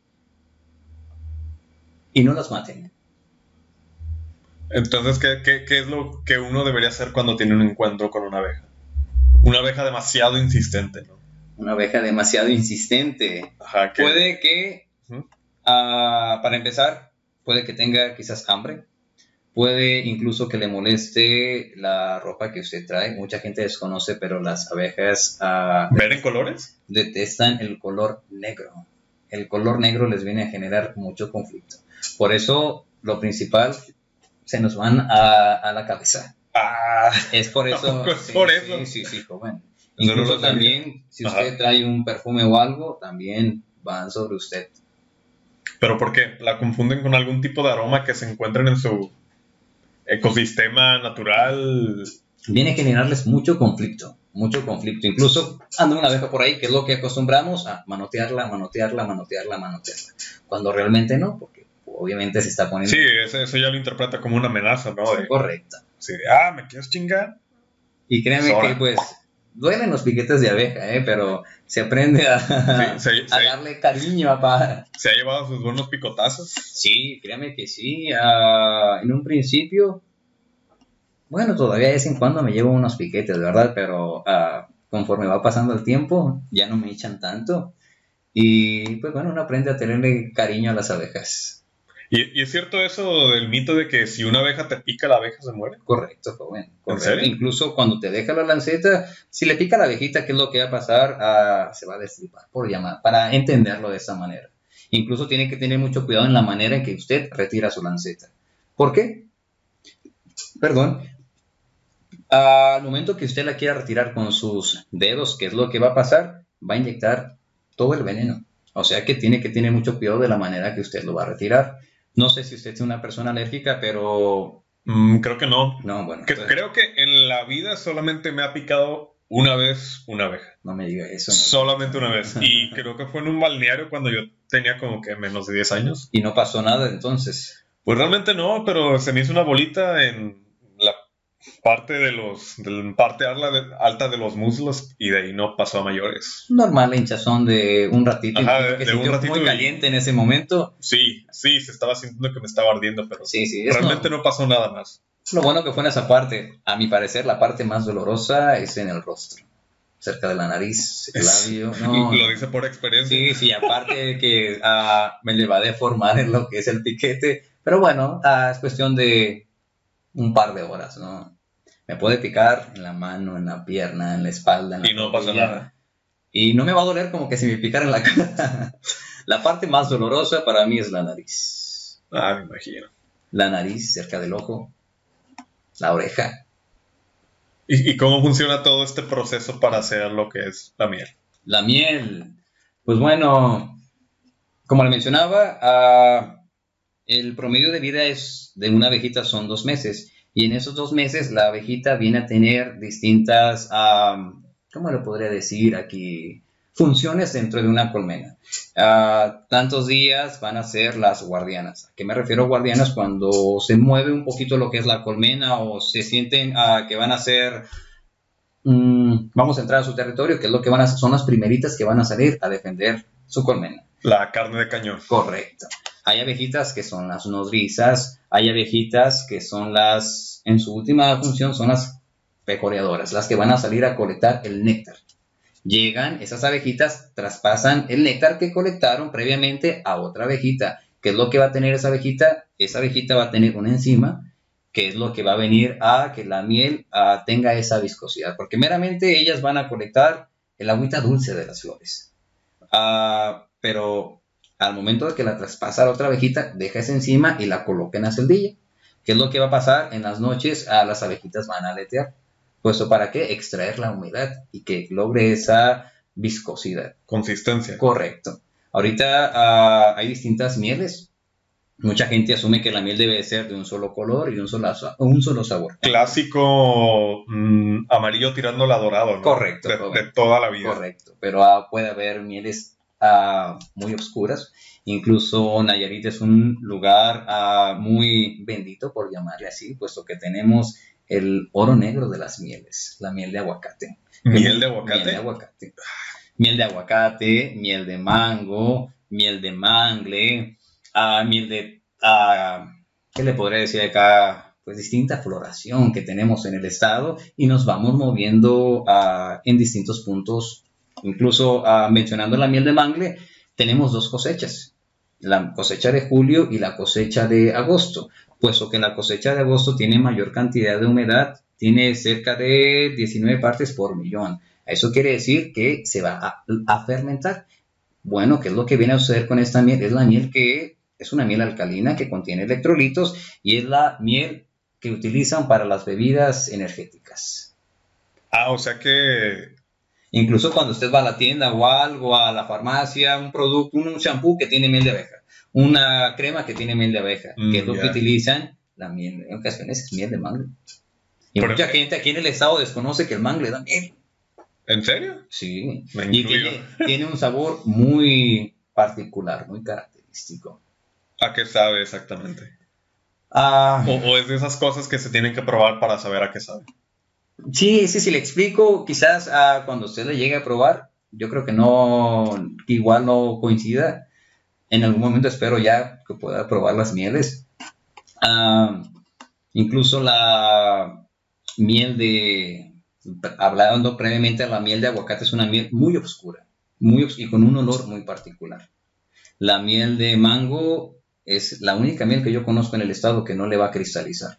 y no las maten. Entonces, ¿qué, qué, qué es lo que uno debería hacer cuando tiene un encuentro con una abeja? Una abeja demasiado insistente, ¿no? Una abeja demasiado insistente. Ajá, ¿qué? Puede que, ¿Mm? uh, para empezar, puede que tenga quizás hambre. Puede incluso que le moleste la ropa que usted trae. Mucha gente desconoce, pero las abejas... Uh, ¿Ven en colores? Detestan el color negro. El color negro les viene a generar mucho conflicto. Por eso, lo principal se nos van a, a la cabeza. Ah, es por eso. Es sí, por sí, eso. Sí, sí, joven. Eso no Incluso lo sabía. también, si usted Ajá. trae un perfume o algo, también van sobre usted. ¿Pero por qué? ¿La confunden con algún tipo de aroma que se encuentren en su ecosistema natural? Viene a generarles mucho conflicto, mucho conflicto. Incluso anda una abeja por ahí, que es lo que acostumbramos a manotearla, manotearla, manotearla, manotearla. Cuando realmente no, porque obviamente se está poniendo. Sí, eso, eso ya lo interpreta como una amenaza, ¿no? De, correcta. sí, de, ah, ¿me quieres chingar? Y créeme Sora. que pues duelen los piquetes de abeja, ¿eh? Pero se aprende a, Sí, se, a se- darle cariño a pa- se ha llevado sus buenos picotazos. Sí, créeme que sí. ah, en un principio, bueno, todavía de vez en cuando me llevo unos piquetes, ¿verdad? Pero ah, conforme va pasando el tiempo, ya no me echan tanto. Y pues bueno, uno aprende a tenerle cariño a las abejas. Y, y es cierto eso del mito de que si una abeja te pica, la abeja se muere. Correcto, joven. Correcto. serio? Incluso cuando te deja la lanceta, si le pica la abejita, ¿qué es lo que va a pasar? Ah, se va a destripar, por llamar, para entenderlo de esa manera. Incluso tiene que tener mucho cuidado en la manera en que usted retira su lanceta. ¿Por qué? Perdón. Al momento que usted la quiera retirar con sus dedos, ¿qué es lo que va a pasar? Va a inyectar todo el veneno. O sea que tiene que tener mucho cuidado de la manera que usted lo va a retirar. No sé si usted es una persona alérgica, pero... Mm, creo que no. No, bueno. Que- pues, creo que en la vida solamente me ha picado una vez una abeja. no me diga eso. No. Solamente una vez. Y creo que fue en un balneario cuando yo tenía como que menos de diez años. Y no pasó nada entonces. Pues realmente no, pero se me hizo una bolita en la parte de los, de la parte alta de, alta de los muslos y de ahí no pasó a mayores. Normal la hinchazón de un ratito. Ajá, incluso de- que de un sintió ratito muy y- caliente en ese momento. Sí, sí, se estaba sintiendo que me estaba ardiendo, pero Sí, sí. Es realmente no- no pasó nada más. Lo bueno que fue en esa parte. A mi parecer, la parte más dolorosa es en el rostro. Cerca de la nariz, el Es- labio. No, Lo dice por experiencia. sí, sí, aparte de que ah, me le va a deformar en lo que es el piquete. Pero bueno, ah, es cuestión de un par de horas, ¿no? Me puede picar en la mano, en la pierna, en la espalda, en la Y no pasa rodilla. nada. Y no me va a doler como que si me picara en la cara. La parte más dolorosa para mí es la nariz. Ah, me imagino. La nariz cerca del ojo, la oreja. ¿Y, y cómo funciona todo este proceso para hacer lo que es la miel? La miel, pues bueno, como le mencionaba, ah, el promedio de vida es de una abejita son dos meses. Y en esos dos meses la abejita viene a tener distintas, ah, ¿cómo le podría decir aquí? Funciones dentro de una colmena. Ah, tantos días van a ser las guardianas. ¿A qué me refiero guardianas? Cuando se mueve un poquito lo que es la colmena o se sienten ah, que van a ser, mm, vamos a entrar a su territorio, que es lo que van a son las primeritas que van a salir a defender su colmena. La carne de cañón. Correcto. Hay abejitas que son las nodrizas, hay abejitas que son las, en su última función son las pecoreadoras, las que van a salir a colectar el néctar. Llegan esas abejitas, traspasan el néctar que colectaron previamente a otra abejita. ¿Qué es lo que va a tener esa abejita? Esa abejita va a tener una enzima, que es lo que va a venir a que la miel ah, tenga esa viscosidad, porque meramente ellas van a colectar el agüita dulce de las flores. Ah, pero al momento de que la traspasa la otra abejita, deja esa enzima y la coloca en la celdilla. ¿Qué es lo que va a pasar? En las noches a las abejitas van a aletear. Pues ¿para qué? Extraer la humedad y que logre esa viscosidad. Consistencia. Correcto. Ahorita ah, hay distintas mieles. Mucha gente asume que la miel debe ser de un solo color y un solo, sa- un solo sabor. Clásico mm, amarillo tirando a dorado, ¿no? Correcto, De, correcto. de toda la vida. Correcto, pero ah, puede haber mieles ah, muy oscuras. Incluso Nayarit es un lugar ah, muy bendito, por llamarle así, puesto que tenemos el oro negro de las mieles, la miel de aguacate. Miel de aguacate. Miel de aguacate. Miel de aguacate, miel de mango, miel de mangle, ah, miel de... ah, ¿qué le podría decir acá? Pues distinta floración que tenemos en el estado y nos vamos moviendo ah, en distintos puntos. Incluso ah, mencionando la miel de mangle, tenemos dos cosechas, la cosecha de julio y la cosecha de agosto, puesto que la cosecha de agosto tiene mayor cantidad de humedad, tiene cerca de diecinueve partes por millón. Eso quiere decir que se va a, a fermentar. Bueno, ¿qué es lo que viene a suceder con esta miel? Es la miel que es una miel alcalina que contiene electrolitos y es la miel que utilizan para las bebidas energéticas. Ah, o sea que... Incluso cuando usted va a la tienda o algo, a la farmacia, un producto, un shampoo que tiene miel de abeja, una crema que tiene miel de abeja, Mm, que es lo ya. que utilizan, la miel, en ocasiones es miel de mangle. Y Pero- mucha gente aquí en el estado desconoce que el mangle da miel. ¿En serio? Sí, Me y incluyo. tiene, tiene un sabor muy particular, muy característico. ¿A qué sabe exactamente? Ah, O, o es de esas cosas que se tienen que probar para saber a qué sabe. sí, sí, sí, le explico, quizás ah, cuando usted le llegue a probar, yo creo que no, que igual no coincida. En algún momento espero ya que pueda probar las mieles. Ah, incluso la miel de, hablando previamente, la miel de aguacate es una miel muy oscura, muy obs- y con un olor muy particular. La miel de mango es la única miel que yo conozco en el estado que no le va a cristalizar.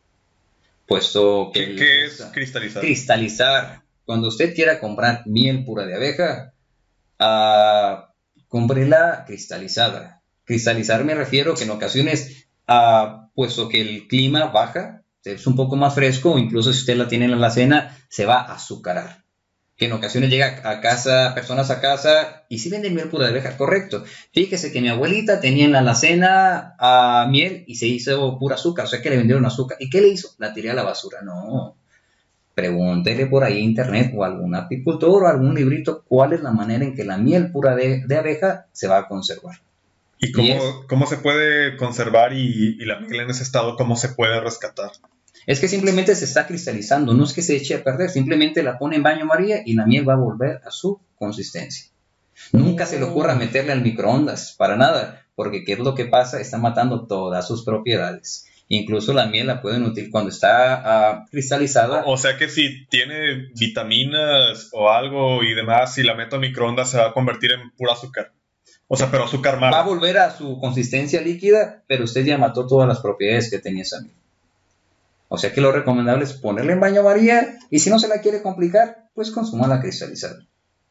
Puesto que ¿Qué, el- qué es cristalizar? cristalizar, cuando usted quiera comprar miel pura de abeja, ah, cómprela cristalizada. Cristalizar me refiero que en ocasiones, ah, puesto que el clima baja, es un poco más fresco, o incluso si usted la tiene en la alacena, se va a azucarar. Que en ocasiones llega a casa, personas a casa, y si venden miel pura de abeja, correcto. Fíjese que mi abuelita tenía en la alacena ah, miel y se hizo pura azúcar, o sea que le vendieron azúcar. ¿Y qué le hizo? La tiré a la basura. No, pregúntele por ahí en internet o a algún apicultor o algún librito cuál es la manera en que la miel pura de, de abeja se va a conservar. ¿Y Y cómo, es, cómo se puede conservar y, y la miel en ese estado, cómo se puede rescatar? es que simplemente se está cristalizando, no es que se eche a perder, simplemente la pone en baño María y la miel va a volver a su consistencia. Nunca se le ocurra meterle al microondas, para nada, porque ¿qué es lo que pasa? Está matando todas sus propiedades. Incluso la miel la pueden utilizar cuando está uh, cristalizada. O, o sea que si tiene vitaminas o algo y demás, si la meto a microondas se va a convertir en puro azúcar. O sea, pero azúcar Va a mala. volver a su consistencia líquida, pero usted ya mató todas las propiedades que tenía esa miel. O sea que lo recomendable es ponerla en baño María y si no se la quiere complicar, pues consúmala cristalizada.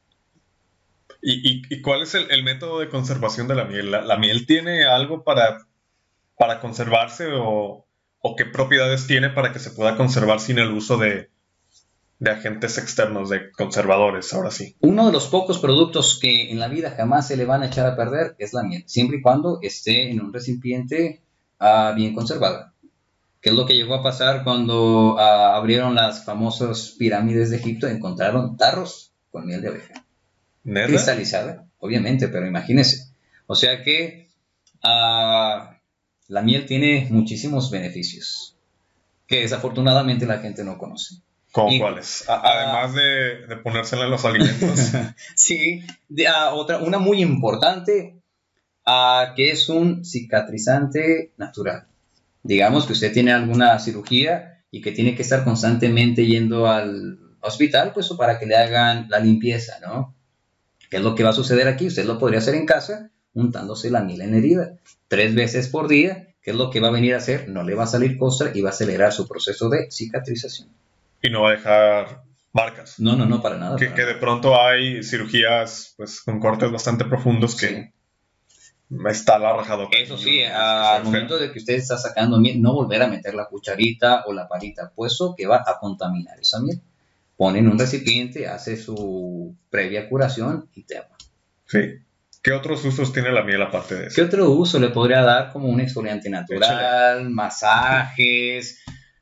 ¿Y, y, y cuál es el, el método de conservación de la miel? ¿La, la miel tiene algo para, para conservarse o, o qué propiedades tiene para que se pueda conservar sin el uso de, de agentes externos, de conservadores, ahora sí? Uno de los pocos productos que en la vida jamás se le van a echar a perder es la miel, siempre y cuando esté en un recipiente uh, bien conservado. ¿Qué es lo que llegó a pasar cuando uh, abrieron las famosas pirámides de Egipto? Encontraron tarros con miel de abeja. ¿Neta? Cristalizada, obviamente, pero imagínense. O sea que uh, la miel tiene muchísimos beneficios que desafortunadamente la gente no conoce. ¿Cómo Y, cuáles? A, además uh, de, de ponérsela en los alimentos. Sí, de, uh, otra, una muy importante, uh, que es un cicatrizante natural. Digamos que usted tiene alguna cirugía y que tiene que estar constantemente yendo al hospital, pues para que le hagan la limpieza, ¿no? ¿Qué es lo que va a suceder aquí? Usted lo podría hacer en casa, untándose la miel en la herida, tres veces por día. ¿Qué es lo que va a venir a hacer? No le va a salir costra y va a acelerar su proceso de cicatrización. Y no va a dejar marcas. No, no, no, para nada. Que, para que nada. de pronto hay cirugías pues con cortes bastante profundos que Sí. está la rajadota. Eso sí, al momento de que usted está sacando miel, no volver a meter la cucharita o la palita, puesto que va a contaminar esa miel. Pone en un recipiente, hace su previa curación y te va. Sí. ¿Qué otros usos tiene la miel aparte de eso? ¿Qué otro uso le podría dar como un exfoliante natural, Échale. masajes,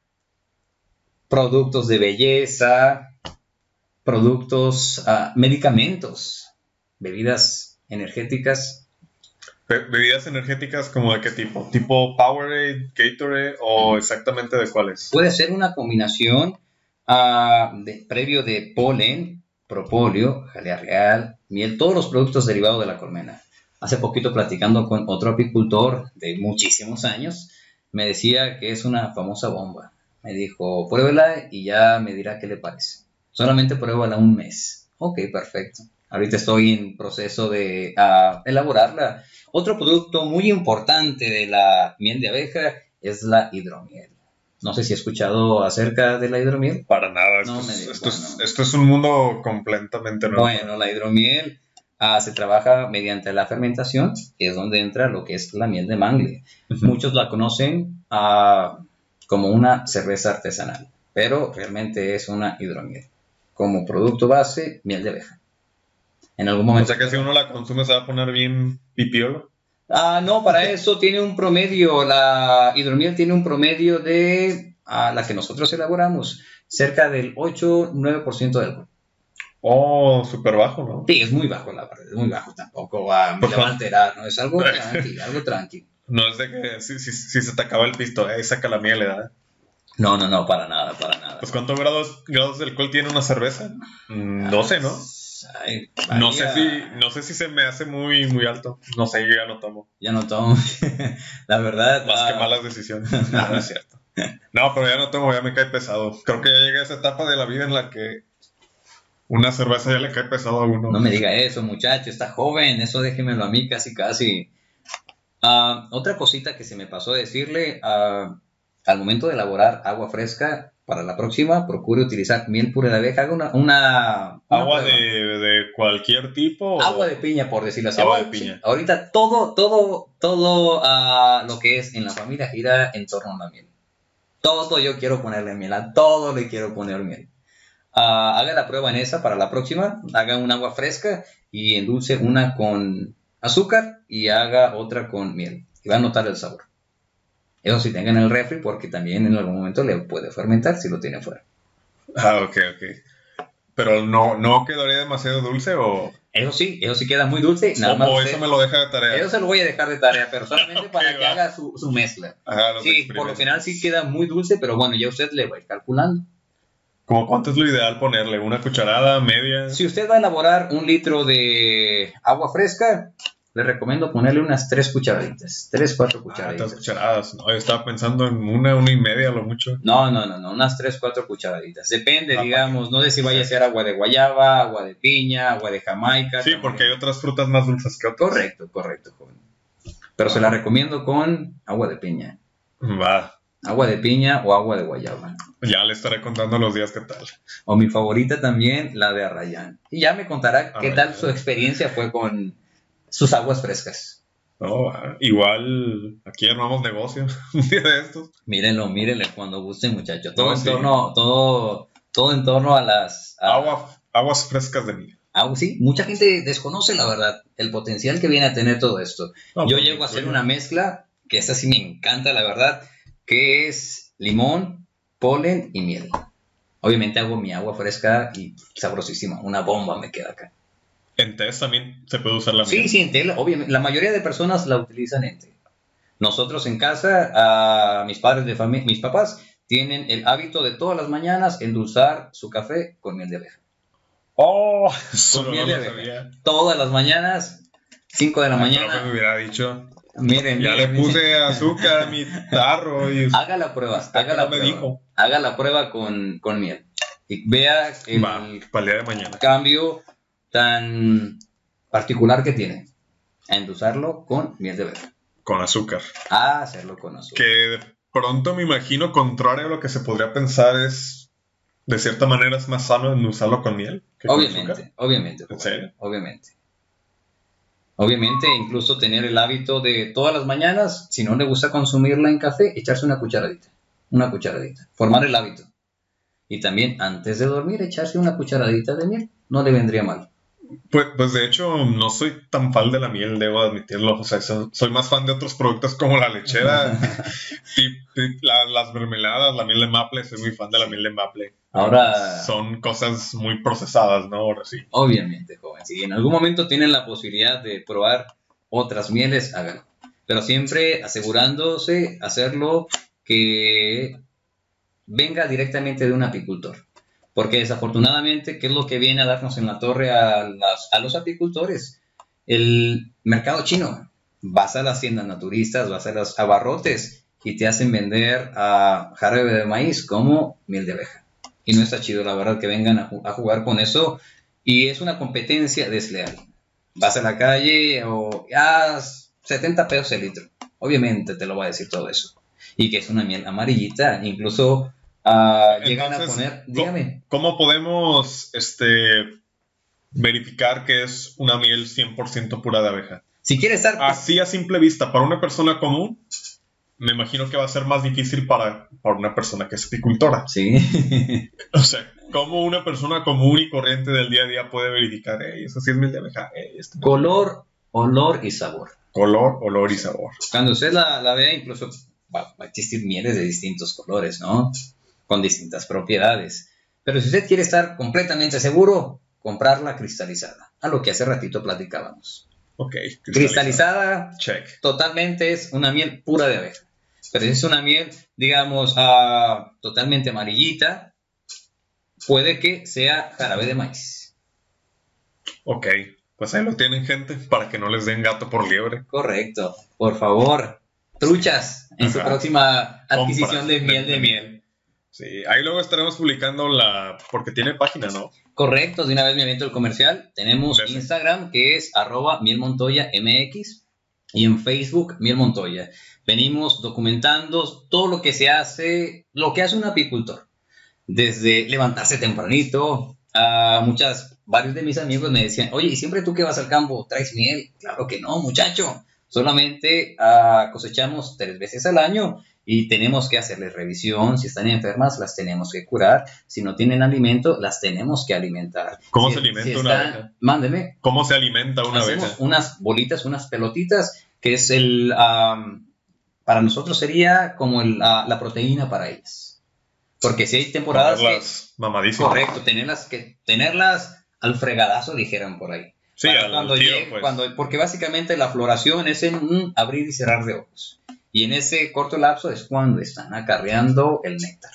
productos de belleza, productos, uh, medicamentos, bebidas energéticas? Be ¿Bebidas energéticas como de qué tipo? ¿Tipo Powerade, Gatorade o exactamente de cuáles? Puede ser una combinación uh, de, previo de polen, propóleo, jalea real, miel, todos los productos derivados de la colmena. Hace poquito platicando con otro apicultor de muchísimos años, me decía que es una famosa bomba. Me dijo, pruébela y ya me dirá qué le parece. Solamente pruébala un mes. Ok, perfecto. Ahorita estoy en proceso de uh, elaborarla. Otro producto muy importante de la miel de abeja es la hidromiel. No sé si he escuchado acerca de la hidromiel. Para nada. Esto, no es, me digo, esto, bueno. es, esto es un mundo completamente nuevo. Bueno, la hidromiel uh, se trabaja mediante la fermentación, que es donde entra lo que es la miel de mangle. Uh-huh. Muchos la conocen uh, como una cerveza artesanal, pero realmente es una hidromiel. Como producto base, miel de abeja. En algún momento. O sea que si uno la consume se va a poner bien pipiolo. Ah, no, para eso tiene un promedio, la hidromiel tiene un promedio de, a la que nosotros elaboramos, cerca del ocho nueve por ciento de alcohol. Oh, súper bajo, ¿no? Sí, es muy bajo la verdad, es muy bajo, tampoco va, me va a alterar, ¿no? Es algo tranqui, algo tranqui. No es de que si, si, si se te acaba el pisto, eh, saca la miel, ¿verdad? No, no, no, para nada, para nada. Pues ¿cuántos grados, grados de alcohol tiene una cerveza? Mm, doce, ¿no? Ay, no sé si no sé si se me hace muy muy alto. No sé, yo ya no tomo. Ya no tomo. La verdad. Más ah, que malas decisiones. No, no es cierto. No, pero ya no tomo, ya me cae pesado. Creo que ya llegué a esa etapa de la vida en la que una cerveza ya le cae pesado a uno. No me diga eso, muchacho, está joven, eso déjemelo a mí casi casi. Uh, otra cosita que se me pasó a decirle, uh, al momento de elaborar agua fresca, para la próxima, procure utilizar miel pura de abeja. Haga una, una, una ¿Agua de, de cualquier tipo? Agua de piña, por decirlo así. Agua de piña. Sí, ahorita todo, todo, todo uh, lo que es en la familia gira en torno a la miel. Todo yo quiero ponerle miel, a todo le quiero poner miel. Uh, haga la prueba en esa para la próxima, haga un agua fresca y endulce una con azúcar y haga otra con miel. Y va a notar el sabor. Eso sí, tenga en el refri porque también en algún momento le puede fermentar si lo tiene fuera. Ah, ok, ok. Pero no, no quedaría demasiado dulce o... Eso sí, eso sí queda muy dulce. Nada o más o usted, eso me lo deja de tarea. Eso se lo voy a dejar de tarea, pero solamente okay, para que va. haga su, su mezcla. Ajá, sí, por lo general sí queda muy dulce, pero bueno, ya usted le va a ir calculando. ¿Cómo cuánto es lo ideal ponerle? ¿Una cucharada, media? Si usted va a elaborar un litro de agua fresca, le recomiendo ponerle unas tres cucharaditas. Tres, cuatro cucharaditas. Ah, tres cucharadas. No, yo estaba pensando en una, una y media a lo mucho. No, no, no, no, unas tres, cuatro cucharaditas. Depende, ah, digamos, no sé si vaya a ser agua de guayaba, agua de piña, agua de jamaica. Sí, porque hay otras frutas más dulces que otras. Correcto, correcto, joven. Pero ah. se la recomiendo con agua de piña. Va. Agua de piña o agua de guayaba. Ya le estaré contando los días qué tal. O mi favorita también, la de Arrayán. Y ya me contará Arrayán. Qué tal su experiencia fue con sus aguas frescas. Oh, igual aquí armamos negocio un día de estos. Mírenlo, mírenlo cuando guste, muchachos. Todo, no, en sí. torno, todo, todo en torno a las... A, Agua, aguas frescas de miel. Ah, sí, mucha gente desconoce, la verdad, el potencial que viene a tener todo esto. No, Yo llego a hacer una mezcla, que esta sí me encanta, la verdad, que es limón, polen y miel. Obviamente hago mi agua fresca y sabrosísima. Una bomba me queda acá. ¿En té también se puede usar la miel? Sí, sí, en té, obviamente. La mayoría de personas la utilizan en té. Nosotros en casa, a mis padres de familia, mis papás, tienen el hábito de todas las mañanas endulzar su café con miel de abeja. ¡Oh! Con miel de abeja. Todas las mañanas, cinco de la Ay, mañana. Pero me hubiera dicho... Miren, ya miren, le puse miren. azúcar a mi tarro. Y haga la prueba, haga la no me prueba. Dijo. Haga la prueba con, con miel. Y vea el Va, para el día de mañana. cambio tan particular que tiene. A endulzarlo con miel de abeja. Con azúcar. A hacerlo con azúcar. Que de pronto me imagino, contrario a lo que se podría pensar, es de cierta manera es más sano endulzarlo con miel. Que obviamente, con azúcar. obviamente. ¿En serio? Obviamente. Obviamente, incluso tener el hábito de todas las mañanas, si no le gusta consumirla en café, echarse una cucharadita. Una cucharadita. Formar el hábito. Y también, antes de dormir, echarse una cucharadita de miel. No le vendría mal. Pues, pues de hecho, no soy tan fan de la miel, debo admitirlo. O sea, soy, soy más fan de otros productos como la lechera, y, y la, las mermeladas, la miel de maple. Soy muy fan de la miel de maple. Ahora... Son cosas muy procesadas, ¿no? Ahora sí. Obviamente, joven. Si en algún momento tienen la posibilidad de probar otras mieles, háganlo. Pero siempre asegurándose hacerlo que venga directamente de un apicultor. Porque desafortunadamente, ¿qué es lo que viene a darnos en la torre a, las, a los apicultores? El mercado chino. Vas a las tiendas naturistas, vas a los abarrotes y te hacen vender a jarabe de maíz como miel de abeja. Y no está chido, la verdad, que vengan a, a jugar con eso. Y es una competencia desleal. Vas a la calle o ah, setenta pesos el litro. Obviamente te lo va a decir todo eso. Y que es una miel amarillita, incluso... Uh, llegan Entonces, a poner, dígame. ¿Cómo podemos este, verificar que es una miel cien por ciento pura de abeja? Si quiere estar... Así a simple vista, para una persona común, me imagino que va a ser más difícil para, para una persona que es apicultora. Sí. O sea, ¿cómo una persona común y corriente del día a día puede verificar, hey, eso sí es miel de abeja? Hey, este Color, olor y sabor. Color, olor y sabor. Cuando usted la, la vea, incluso va, va a existir mieles de distintos colores, ¿no? Con distintas propiedades. Pero si usted quiere estar completamente seguro, comprarla cristalizada. A lo que hace ratito platicábamos. Ok. Cristalizada, cristalizada check. Totalmente es una miel pura de abeja. Pero si es una miel, digamos, uh, totalmente amarillita, puede que sea jarabe de maíz. Ok. Pues ahí lo tienen, gente, para que no les den gato por liebre. Correcto. Por favor, truchas en Ajá. su próxima adquisición Compra, de miel de, de miel. miel. Sí, ahí luego estaremos publicando la... porque tiene página, ¿no? Correcto, de una vez me aviento el comercial. Tenemos Gracias. Instagram, que es arroba mielmontoyamx, y en Facebook, Miel Montoya. Venimos documentando todo lo que se hace, lo que hace un apicultor. Desde levantarse tempranito, a muchas, varios de mis amigos me decían, oye, ¿y siempre tú que vas al campo traes miel? Claro que no, muchacho. Solamente uh, cosechamos tres veces al año y tenemos que hacerles revisión. Si están enfermas, las tenemos que curar. Si no tienen alimento, las tenemos que alimentar. ¿Cómo si, se alimenta si una están, abeja? Mándeme. ¿Cómo se alimenta una Hacemos abeja? unas bolitas, unas pelotitas, que es el... Um, para nosotros sería como el, uh, la proteína para ellas. Porque si hay temporadas Ponerlas que... mamadísimas. Correcto, tenerlas, que, tenerlas al fregadazo, dijeran por ahí. Sí, al, cuando al tiro, llegue, pues. cuando, porque básicamente la floración es en un abrir y cerrar de ojos. Y en ese corto lapso es cuando están acarreando el néctar.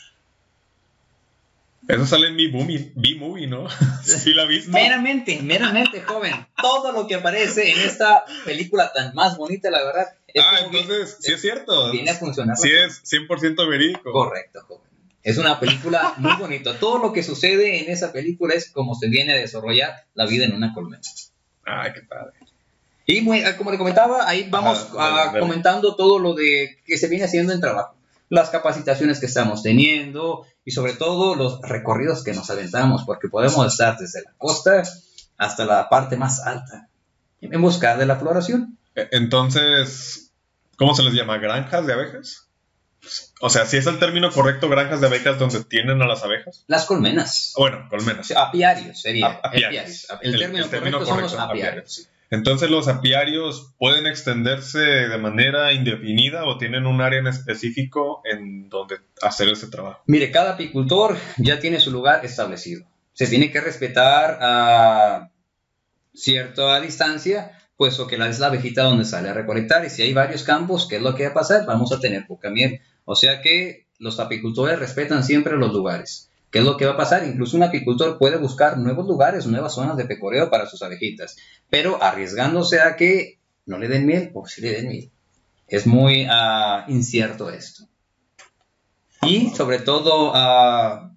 Eso sale en mi B-Movie, ¿no? ¿Sí la viste? Meramente, meramente, joven. Todo lo que aparece en esta película tan más bonita, la verdad. Es ah, entonces, que, sí es cierto. Viene a funcionar. Sí es cien por ciento verídico. Correcto, joven. Es una película muy bonita. Todo lo que sucede en esa película es como se viene a desarrollar la vida en una colmena. Ay, qué padre. Y muy, como le comentaba, ahí vamos ah, dale, dale. comentando todo lo de que se viene haciendo en trabajo. Las capacitaciones que estamos teniendo y sobre todo los recorridos que nos aventamos, porque podemos estar desde la costa hasta la parte más alta en busca de la floración. Entonces, ¿cómo se les llama? ¿Granjas de abejas? O sea, si es el término correcto, granjas de abejas donde tienen a las abejas. Las colmenas. Bueno, colmenas. Apiarios sería. Apiarios. El, el, término, el término correcto, correcto son los apiarios. apiarios sí. Entonces, ¿los apiarios pueden extenderse de manera indefinida o tienen un área en específico en donde hacer ese trabajo? Mire, cada apicultor ya tiene su lugar establecido. Se tiene que respetar a cierta distancia, puesto que es la abejita donde sale a recolectar. Y si hay varios campos, ¿qué es lo que va a pasar? Vamos a tener poca miel. O sea que los apicultores respetan siempre los lugares. ¿Qué es lo que va a pasar? Incluso un apicultor puede buscar nuevos lugares, nuevas zonas de pecoreo para sus abejitas, pero arriesgándose a que no le den miel o sí le den miel. Es muy uh, incierto esto. Y sobre todo, uh,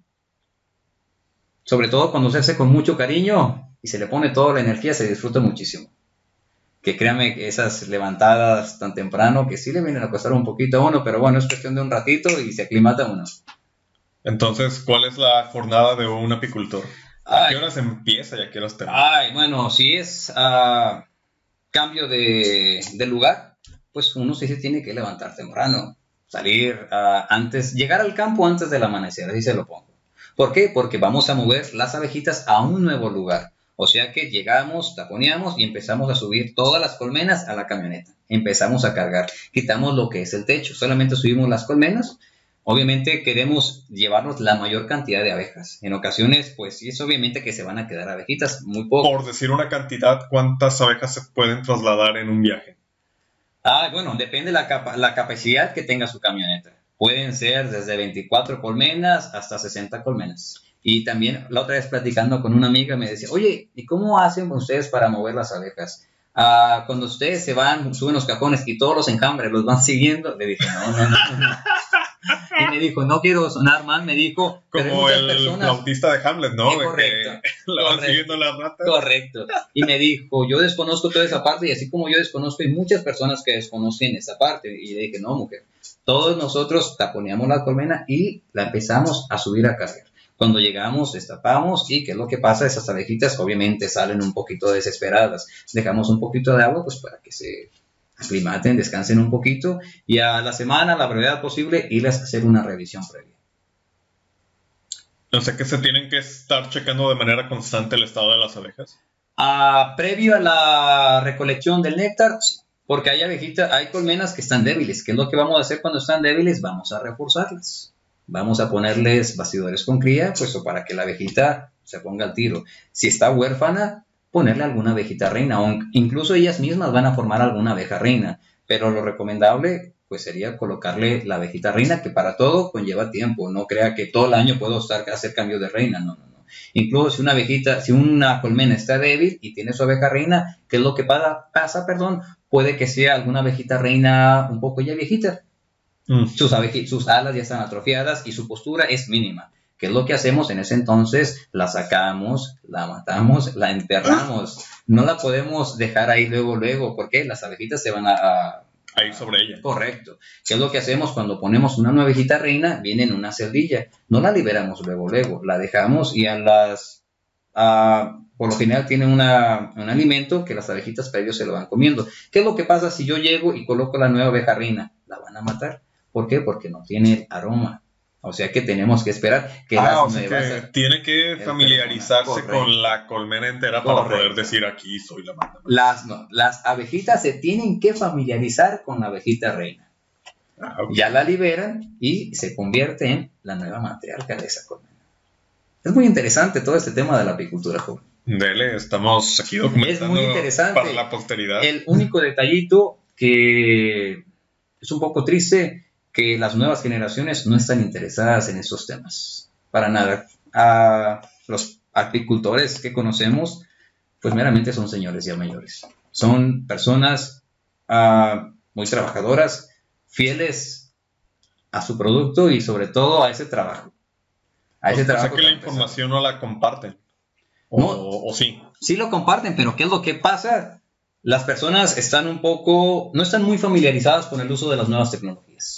sobre todo cuando se hace con mucho cariño y se le pone toda la energía, se disfruta muchísimo. Que créanme que esas levantadas tan temprano, que sí le vienen a costar un poquito a uno, pero bueno, es cuestión de un ratito y se aclimata uno. Entonces, ¿cuál es la jornada de un apicultor? ¿A ay, qué horas empieza y a qué horas termina? Ay, bueno, si es uh, cambio de, de lugar, pues uno sí se tiene que levantar temprano, salir uh, antes, llegar al campo antes del amanecer, así se lo pongo. ¿Por qué? Porque vamos a mover las abejitas a un nuevo lugar. O sea que llegamos, taponeamos y empezamos a subir todas las colmenas a la camioneta. Empezamos a cargar, quitamos lo que es el techo, solamente subimos las colmenas. Obviamente queremos llevarnos la mayor cantidad de abejas. En ocasiones, pues sí, es obviamente que se van a quedar abejitas, muy poco. Por decir una cantidad, ¿cuántas abejas se pueden trasladar en un viaje? Ah, bueno, depende de la, capa la capacidad que tenga su camioneta. Pueden ser desde veinticuatro colmenas hasta sesenta colmenas. Y también la otra vez platicando con una amiga me decía, oye, ¿y cómo hacen ustedes para mover las abejas? Ah, cuando ustedes se van, suben los cajones y todos los enjambres los van siguiendo. Le dije, no, no, no. no. Y me dijo, no quiero sonar mal, me dijo. Como el personas... flautista de Hamlet, ¿no? Eh, correcto. De que la van correcto, siguiendo las ratas. Correcto. Y me dijo, yo desconozco toda esa parte y así como yo desconozco, hay muchas personas que desconocen esa parte. Y le dije, no, mujer, todos nosotros taponeamos la colmena y la empezamos a subir a cargar. Cuando llegamos, destapamos y ¿qué es lo que pasa? Esas abejitas obviamente salen un poquito desesperadas. Dejamos un poquito de agua pues para que se aclimaten, descansen un poquito y a la semana, a la brevedad posible, irles a hacer una revisión previa. O sea que se tienen que estar checando de manera constante el estado de las abejas. Ah, previo a la recolección del néctar, sí, porque hay abejitas, hay colmenas que están débiles. ¿Qué es lo que vamos a hacer cuando están débiles? Vamos a reforzarlas. Vamos a ponerles bastidores con cría, pues para que la abejita se ponga al tiro. Si está huérfana, ponerle alguna abejita reina, o incluso ellas mismas van a formar alguna abeja reina. Pero lo recomendable pues sería colocarle la abejita reina, que para todo conlleva tiempo. No crea que todo el año puedo estar hacer cambio de reina, no, no, no. Incluso si una abejita, si una colmena está débil y tiene su abeja reina, ¿qué es lo que pasa? pasa perdón, puede que sea alguna abejita reina un poco ya viejita. Mm. Sus, abeji- sus alas ya están atrofiadas y su postura es mínima. ¿Qué es lo que hacemos en ese entonces? La sacamos, la matamos, la enterramos. No la podemos dejar ahí luego, luego, porque las abejitas se van a... a a ir sobre ella. Correcto. ¿Qué es lo que hacemos cuando ponemos una nueva abejita reina? Viene en una celdilla. No la liberamos luego, luego. La dejamos y a las... A, por lo general tiene una, un alimento que las abejitas previos se lo van comiendo. ¿Qué es lo que pasa si yo llego y coloco la nueva abeja reina? La van a matar. ¿Por qué? Porque no tiene aroma. O sea que tenemos que esperar que ah, las o sea nuevas... que tiene que familiarizarse con la colmena entera. Correcto. Para poder decir aquí soy la manda. Las, no, las abejitas se tienen que familiarizar con la abejita reina. Ah, okay. Ya la liberan y se convierte en la nueva matriarca de esa colmena. Es muy interesante todo este tema de la apicultura joven. Dele, estamos aquí documentando. Es muy interesante. Para la posteridad. El único detallito que es un poco triste, que las nuevas generaciones no están interesadas en esos temas, para nada. A los apicultores que conocemos, pues meramente son señores ya mayores. Son personas uh, muy trabajadoras, fieles a su producto y sobre todo a ese trabajo. A ese o trabajo sea que la información pesado. No la comparten. O, no, o sí. Sí lo comparten, pero ¿qué es lo que pasa? Las personas están un poco, no están muy familiarizadas con el uso de las nuevas tecnologías.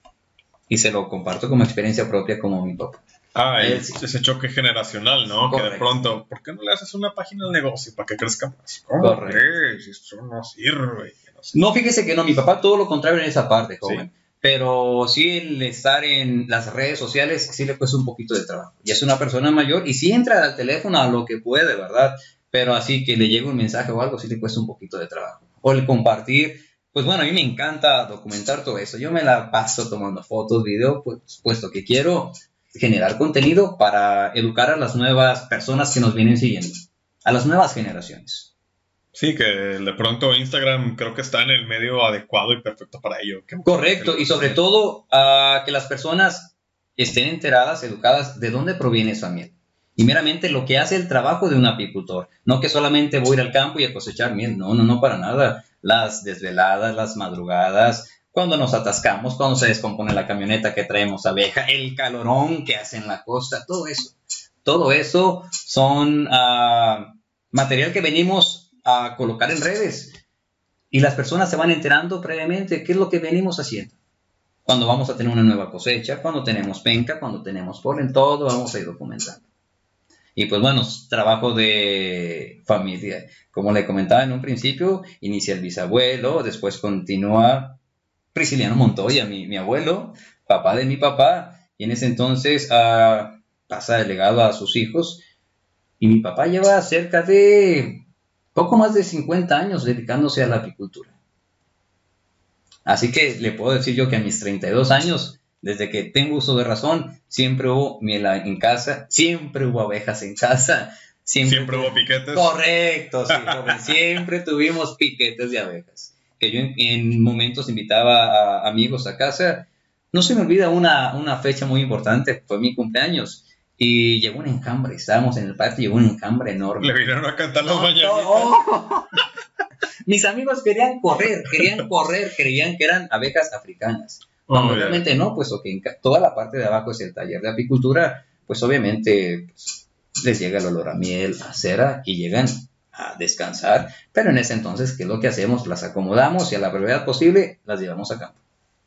Y se lo comparto como experiencia propia como mi papá. Ah, Él, es, ese choque generacional, ¿no? Correcto. Que de pronto, ¿por qué no le haces una página al negocio para que crezca más? ¿Cómo crees? Esto no sirve. No, sé. No, fíjese que no, mi papá todo lo contrario en esa parte, joven. Sí. Pero sí el estar en las redes sociales sí le cuesta un poquito de trabajo. Y es una persona mayor y sí entra al teléfono a lo que puede, ¿verdad? Pero así que le llegue un mensaje o algo sí le cuesta un poquito de trabajo. O el compartir... Pues bueno, a mí me encanta documentar todo eso. Yo me la paso tomando fotos, videos, pues, puesto que quiero generar contenido para educar a las nuevas personas que nos vienen siguiendo, a las nuevas generaciones. Sí, que de pronto Instagram creo que está en el medio adecuado y perfecto para ello. Correcto, y sobre todo uh, que las personas estén enteradas, educadas de dónde proviene esa miel. Y meramente lo que hace el trabajo de un apicultor. No que solamente voy a ir al campo y a cosechar miel. No, no, no, para nada. Las desveladas, las madrugadas, cuando nos atascamos, cuando se descompone la camioneta que traemos abeja, el calorón que hace en la costa, todo eso. Todo eso son uh, material que venimos a colocar en redes. Y las personas se van enterando previamente qué es lo que venimos haciendo. Cuando vamos a tener una nueva cosecha, cuando tenemos penca, cuando tenemos polen, todo vamos a ir documentando. Y pues bueno, trabajo de familia. Como le comentaba en un principio, inicia el bisabuelo, después continúa Prisciliano Montoya, mi, mi abuelo, papá de mi papá, y en ese entonces uh, pasa el legado a sus hijos. Y mi papá lleva cerca de poco más de cincuenta años dedicándose a la apicultura. Así que le puedo decir yo que a mis treinta y dos años... Desde que tengo uso de razón, siempre hubo miel en casa, siempre hubo abejas en casa. Siempre, ¿Siempre hubo piquetes? Correcto, sí, joven, siempre tuvimos piquetes de abejas. Que yo en, en momentos invitaba a amigos a casa. No se me olvida una, una fecha muy importante, fue mi cumpleaños. Y llegó un enjambre, estábamos en el patio y llegó un enjambre enorme. Le vinieron a cantar las no, mañanitas. Oh. Mis amigos querían correr, querían correr, creían que eran abejas africanas. Cuando oh, realmente yeah. no, pues okay, en toda la parte de abajo es el taller de apicultura, pues obviamente pues, les llega el olor a miel, a cera y llegan a descansar, pero en ese entonces, ¿qué es lo que hacemos? Las acomodamos y a la brevedad posible las llevamos a campo.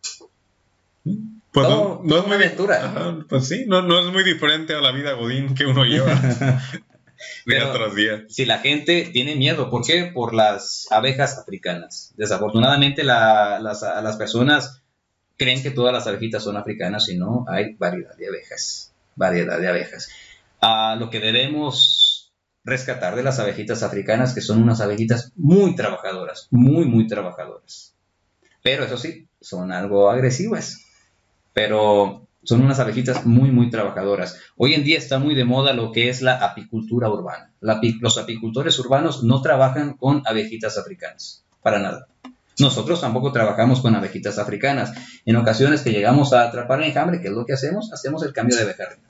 Pues todo, no, no es muy aventura. Ajá, pues sí, no, no es muy diferente a la vida godín que uno lleva. Día tras día. Si la gente tiene miedo, ¿por qué? Por las abejas africanas. Desafortunadamente la, las, las personas creen que todas las abejitas son africanas y no, hay variedad de abejas. Variedad de abejas. Uh, lo que debemos rescatar de las abejitas africanas, que son unas abejitas muy trabajadoras, muy, muy trabajadoras. Pero eso sí, son algo agresivas. Pero son unas abejitas muy, muy trabajadoras. Hoy en día está muy de moda lo que es la apicultura urbana. La, los apicultores urbanos no trabajan con abejitas africanas, para nada. Nosotros tampoco trabajamos con abejitas africanas. En ocasiones que llegamos a atrapar enjambre, ¿qué es lo que hacemos? Hacemos el cambio de abeja reina.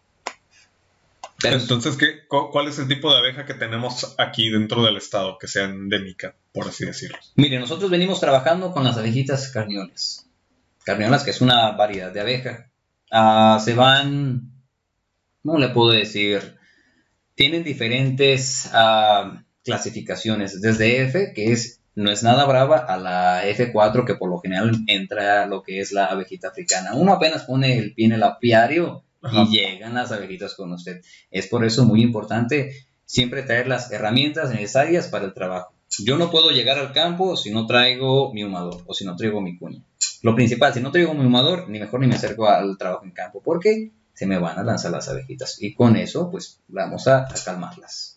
Pero, entonces, ¿qué, ¿cuál es el tipo de abeja que tenemos aquí dentro del estado que sea endémica, por así decirlo? Mire, nosotros venimos trabajando con las abejitas carniolas. Carniolas, que es una variedad de abeja. Uh, se van, ¿cómo le puedo decir? Tienen diferentes uh, clasificaciones, desde F, que es no es nada brava, a la F cuatro, que por lo general entra lo que es la abejita africana. Uno apenas pone el pie en el apiario y llegan las abejitas con usted. Es por eso muy importante siempre traer las herramientas necesarias para el trabajo. Yo no puedo llegar al campo si no traigo mi humador o si no traigo mi cuña. Lo principal, si no traigo mi humador, ni mejor ni me acerco al trabajo en campo, porque se me van a lanzar las abejitas. Y con eso, pues, vamos a, a calmarlas.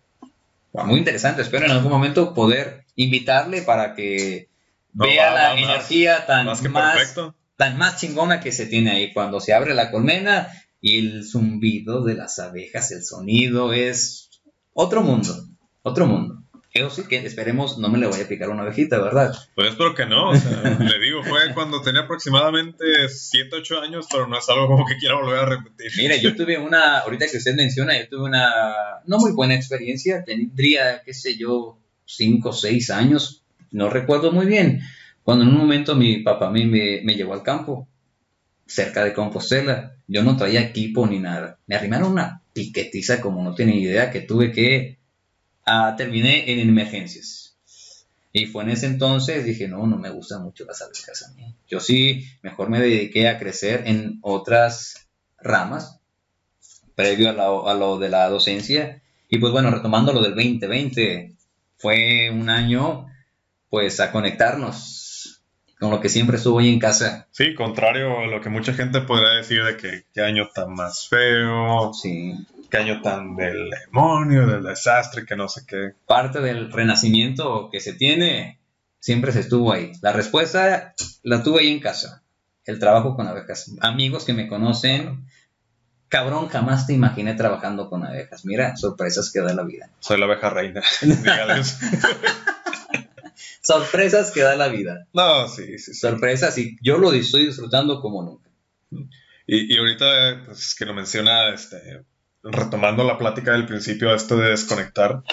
Muy interesante. Espero en algún momento poder invitarle para que no, vea va, la va, energía más, tan, más, más, tan más chingona que se tiene ahí. Cuando se abre la colmena y el zumbido de las abejas, el sonido es otro mundo, otro mundo. Eso sí que esperemos no me le vaya a picar una abejita, ¿verdad? Pues espero que no, o sea, le digo, fue cuando tenía aproximadamente siete, ocho años, pero no es algo como que quiera volver a repetir. Mire, yo tuve una, ahorita que usted menciona, yo tuve una no muy buena experiencia, tendría, qué sé yo, cinco o seis años, no recuerdo muy bien, cuando en un momento mi papá me, me, me llevó al campo, cerca de Compostela, yo no traía equipo ni nada, me arrimaron una piquetiza como no tenía idea, que tuve que Uh, terminé en emergencias. Y fue en ese entonces, dije, no, no me gustan mucho las abejas a mí. Yo sí, mejor me dediqué a crecer en otras ramas, previo a, la, a lo de la docencia. Y pues bueno, retomando lo del veinte veinte, fue un año, pues, a conectarnos con lo que siempre estuvo ahí en casa. Sí, contrario a lo que mucha gente podrá decir de que qué año tan más feo. Sí. Qué año tan del demonio, del desastre, que no sé qué. Parte del renacimiento que se tiene siempre se estuvo ahí. La respuesta la tuve ahí en casa. El trabajo con abejas. Amigos que me conocen, cabrón, jamás te imaginé trabajando con abejas. Mira, sorpresas que da la vida. Soy la abeja reina. Dígales. Sorpresas que da la vida. No, sí, sí, sí. Sorpresas, y yo lo estoy disfrutando como nunca. Y, y ahorita, pues, que lo menciona, este... retomando la plática del principio, esto de desconectar,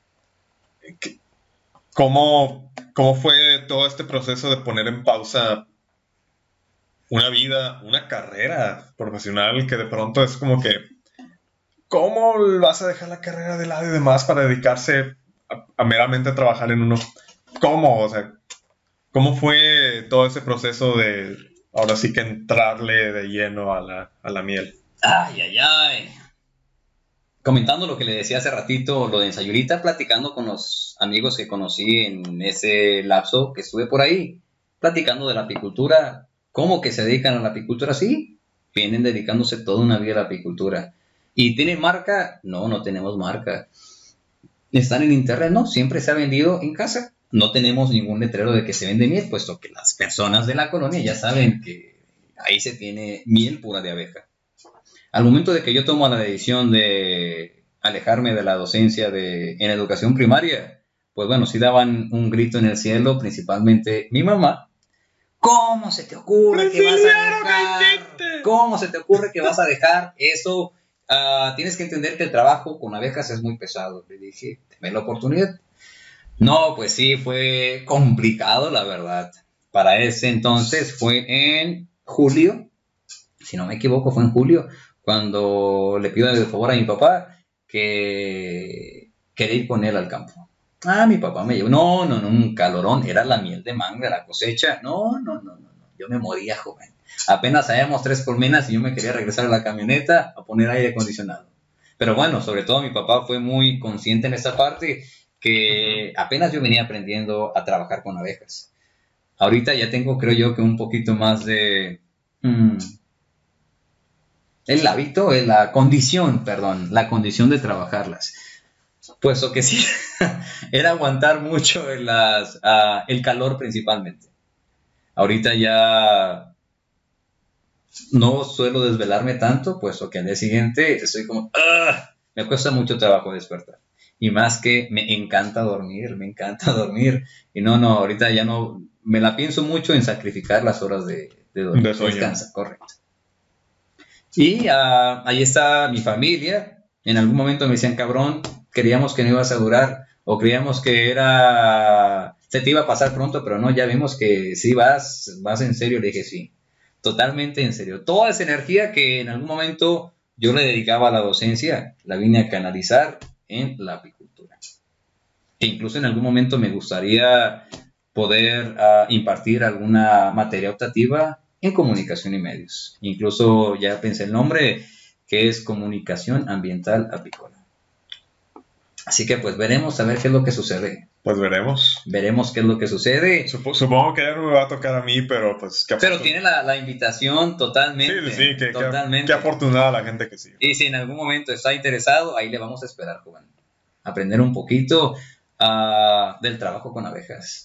¿cómo, ¿cómo fue todo este proceso de poner en pausa una vida, una carrera profesional que de pronto es como que, ¿cómo vas a dejar la carrera de lado y demás para dedicarse a, a meramente trabajar en uno? ¿Cómo? O sea, ¿cómo fue todo ese proceso de, ahora sí que entrarle de lleno a la, a la miel? Ay, ay, ay. Comentando lo que le decía hace ratito, lo de en Sayulita, platicando con los amigos que conocí en ese lapso que estuve por ahí, platicando de la apicultura, cómo que se dedican a la apicultura, sí, vienen dedicándose toda una vida a la apicultura. ¿Y tienen marca? No, no tenemos marca. ¿Están en internet? No, siempre se ha vendido en casa. No tenemos ningún letrero de que se vende miel, puesto que las personas de la colonia ya saben que ahí se tiene miel pura de abeja. Al momento de que yo tomo la decisión de alejarme de la docencia de, en educación primaria, pues bueno, sí daban un grito en el cielo, principalmente mi mamá. ¿Cómo se te ocurre que vas a dejar? ¿Cómo se te ocurre que vas a dejar eso? Uh, tienes que entender que el trabajo con abejas es muy pesado. Le dije, dame la oportunidad. No, pues sí, fue complicado, la verdad. Para ese entonces fue en julio, si no me equivoco, fue en julio, cuando le pido el favor a mi papá que quería ir con él al campo. Ah, mi papá me llevó. No, no, no, un calorón. Era la miel de manga, la cosecha. No, no, no, no, no. Yo me moría, joven. Apenas habíamos tres colmenas y yo me quería regresar a la camioneta a poner aire acondicionado. Pero bueno, sobre todo mi papá fue muy consciente en esta parte, que apenas yo venía aprendiendo a trabajar con abejas. Ahorita ya tengo, creo yo, que un poquito más de... Hmm, el hábito, eh, la condición, perdón, la condición de trabajarlas. Puesto que sí, era aguantar mucho en las, uh, el calor principalmente. Ahorita ya no suelo desvelarme tanto, puesto que al día siguiente estoy como, ¡ah! Me cuesta mucho trabajo despertar. Y más que me encanta dormir, me encanta dormir. Y no, no, ahorita ya no, me la pienso mucho en sacrificar las horas de, de dormir. De sueño. Descansa, correcto. Y uh, ahí está mi familia. En algún momento me decían, cabrón, creíamos que no ibas a durar, o creíamos que era, se te iba a pasar pronto, pero no, ya vimos que sí vas, vas en serio. Le dije, sí, totalmente en serio. Toda esa energía que en algún momento yo le dedicaba a la docencia, la vine a canalizar en la apicultura. E incluso en algún momento me gustaría poder uh, impartir alguna materia optativa en comunicación y medios. Incluso ya pensé el nombre, que es comunicación ambiental apícola. Así que pues veremos a ver qué es lo que sucede. Pues veremos. Veremos qué es lo que sucede. Sup- supongo que ya no me va a tocar a mí, pero pues... ¿qué Pero afortun- tiene la, la invitación totalmente. Sí, sí, que, totalmente. Qué afortunada la gente que sí. Y si en algún momento está interesado, ahí le vamos a esperar, joven. Aprender un poquito uh, del trabajo con abejas.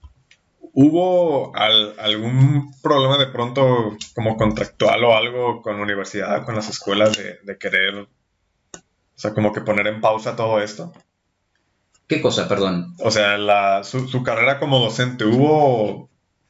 ¿Hubo al, algún problema de pronto como contractual o algo con la universidad, con las escuelas de, de querer, o sea, como que poner en pausa todo esto? ¿Qué cosa, perdón? O sea, la, su, su carrera como docente, ¿hubo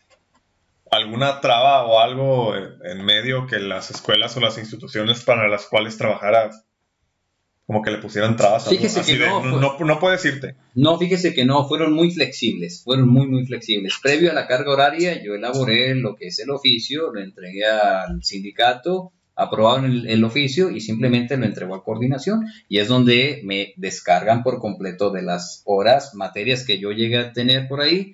alguna traba o algo en medio que las escuelas o las instituciones para las cuales trabajara como que le pusieran trabas? Fíjese Así que de, no, no, fue- no, no puedes irte. No, fíjese que no, fueron muy flexibles, fueron muy, muy flexibles. Previo a la carga horaria, yo elaboré lo que es el oficio, lo entregué al sindicato, aprobaron el, el oficio y simplemente lo entregó a coordinación. Y es donde me descargan por completo de las horas, materias que yo llegué a tener por ahí.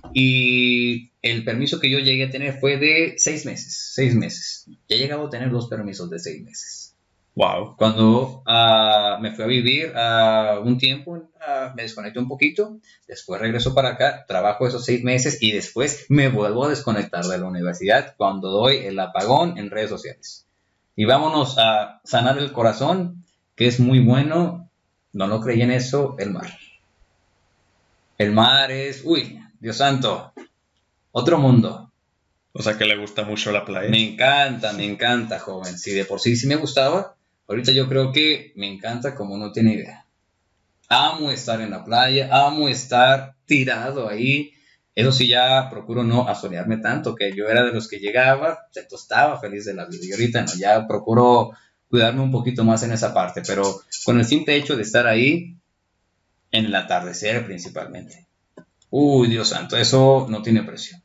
Y el permiso que yo llegué a tener fue de seis meses, seis meses. Ya he llegado a tener dos permisos de seis meses. Wow. Cuando uh, me fui a vivir uh, un tiempo, uh, me desconecté un poquito, después regreso para acá, trabajo esos seis meses y después me vuelvo a desconectar de la universidad cuando doy el apagón en redes sociales. Y vámonos a sanar el corazón, que es muy bueno. No lo creí en eso, el mar. El mar es, uy, Dios santo, otro mundo. O sea, que le gusta mucho la playa. Me encanta, me encanta, joven. Si de por sí sí me gustaba, ahorita yo creo que me encanta como no tiene idea. Amo estar en la playa, amo estar tirado ahí. Eso sí, ya procuro no asolearme tanto, que yo era de los que llegaba, se tostaba feliz de la vida. Y ahorita no, ya procuro cuidarme un poquito más en esa parte. Pero con el simple hecho de estar ahí, en el atardecer principalmente. Uy, Dios santo, eso no tiene precio.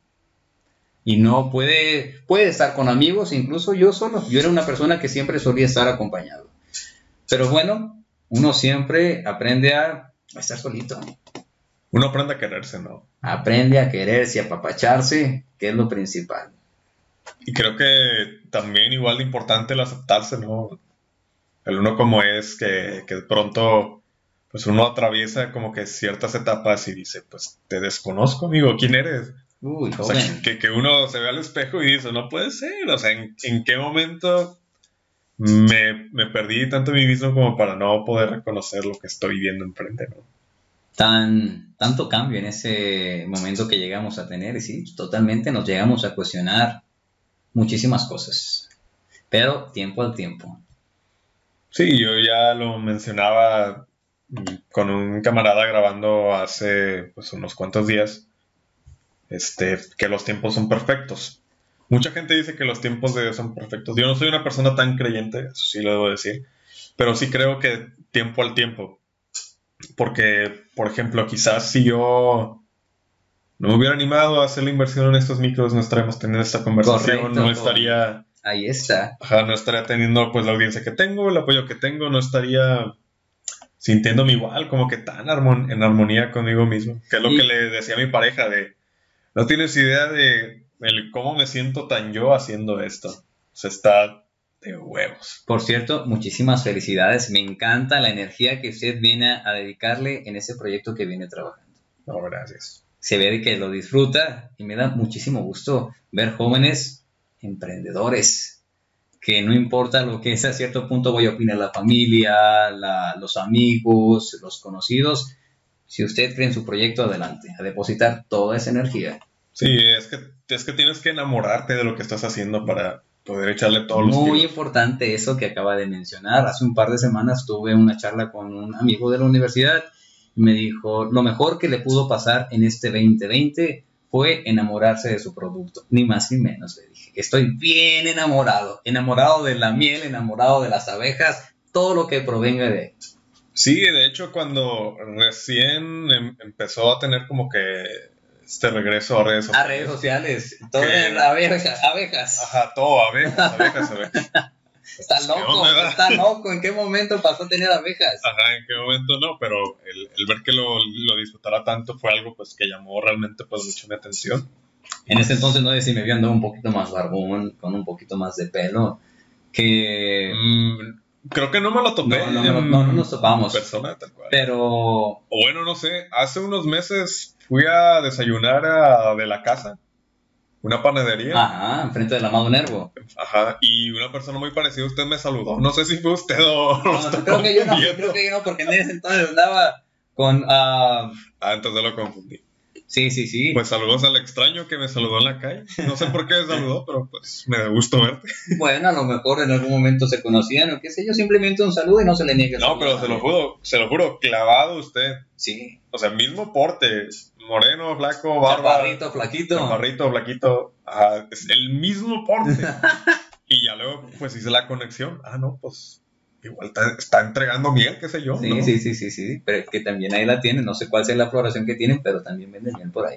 Y no puede, puede estar con amigos, incluso yo solo. Yo era una persona que siempre solía estar acompañado. Pero bueno, uno siempre aprende a estar solito. Uno aprende a quererse, ¿no? Aprende a quererse y a apapacharse, que es lo principal. Y creo que también igual de importante el aceptarse, ¿no? El uno como es, que, que de pronto pues uno atraviesa como que ciertas etapas y dice, pues te desconozco, amigo, ¿quién eres? Uy, O sea, joven. que, que uno se ve al espejo y dice, no puede ser, o sea, ¿en, en qué momento me, me perdí tanto en mí mismo como para no poder reconocer lo que estoy viendo enfrente, ¿no? Tan, tanto cambio en ese momento que llegamos a tener, y sí, totalmente nos llegamos a cuestionar muchísimas cosas, pero tiempo al tiempo. Sí, yo ya lo mencionaba con un camarada grabando hace pues, unos cuantos días, este, que los tiempos son perfectos. Mucha gente dice que los tiempos de Dios son perfectos. Yo no soy una persona tan creyente, eso sí lo debo decir, pero sí creo que tiempo al tiempo. Porque, por ejemplo, quizás si yo no me hubiera animado a hacer la inversión en estos micros, no estaríamos teniendo esta conversación, Correcto, no estaría, ahí está. ajá, no estaría teniendo pues la audiencia que tengo, el apoyo que tengo, no estaría sintiéndome igual, como que tan armon- en armonía conmigo mismo, que es lo Y- que le decía a mi pareja de, no tienes idea de el cómo me siento tan yo haciendo esto. O sea, está de huevos. Por cierto, muchísimas felicidades. Me encanta la energía que usted viene a dedicarle en ese proyecto que viene trabajando. No, gracias. Se ve que lo disfruta y me da muchísimo gusto ver jóvenes emprendedores, que no importa lo que es, a cierto punto voy a opinar la familia, la, los amigos, los conocidos. Si usted cree en su proyecto, adelante, a depositar toda esa energía. Sí, es que, es que tienes que enamorarte de lo que estás haciendo para poder echarle todos los Muy kilos. importante eso que acaba de mencionar. Hace un par de semanas tuve una charla con un amigo de la universidad y me dijo, lo mejor que le pudo pasar en este veinte veinte fue enamorarse de su producto, ni más ni menos. Le dije, estoy bien enamorado, enamorado de la miel, enamorado de las abejas, todo lo que provenga de ahí. Sí, de hecho, cuando recién em- empezó a tener como que este regreso a redes A sociales. redes sociales, todo ¿Qué? en abejas, abejas. Ajá, todo, abejas, abejas, abejas. Está ¿Qué loco, onda, verdad? está loco. ¿En qué momento pasó a tener abejas? Ajá, en qué momento no, pero el, el ver que lo, lo disfrutara tanto fue algo pues que llamó realmente pues mucho mi atención. En ese entonces no sé si me vio andar un poquito más barbón, con un poquito más de pelo, que Mm, creo que no me lo topé. no, no, me lo- no, no nos topamos. Persona, tal cual. Pero, O bueno, no sé, hace unos meses fui a desayunar a, de la casa, una panadería. ajá, enfrente del amado Nervo. Ajá, y una persona muy parecida a usted me saludó. No sé si fue usted o lo No, no, estaba creo que yo no, confundiendo. creo que yo no, porque en ese entonces andaba con, ah, Ah, entonces lo confundí. sí, sí, sí. Pues saludos al extraño que me saludó en la calle. No sé por qué me saludó, pero pues me da gusto verte. Bueno, a lo mejor en algún momento se conocían o qué sé yo, simplemente un saludo y no se le niegue el No, saludo pero a se lo nadie. juro, se lo juro, clavado usted. Sí, O sea, mismo porte, moreno, flaco, barba, chaparrito, flaquito. chaparrito, flaquito, ajá, es el mismo porte. Y ya luego, pues hice la conexión. Ah, no, pues igual está, está entregando miel, qué sé yo. Sí, ¿no? sí, sí, sí, sí, pero que también ahí la tienen, no sé cuál sea la floración que tienen, pero también venden bien por ahí.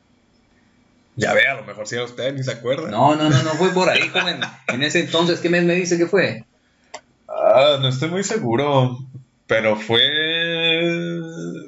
Ya ve, a lo mejor si era usted, ni se acuerda. No, no, no, no fue por ahí, joven. En ese entonces, ¿qué mes me dice que fue? Ah, no estoy muy seguro, pero fue eh,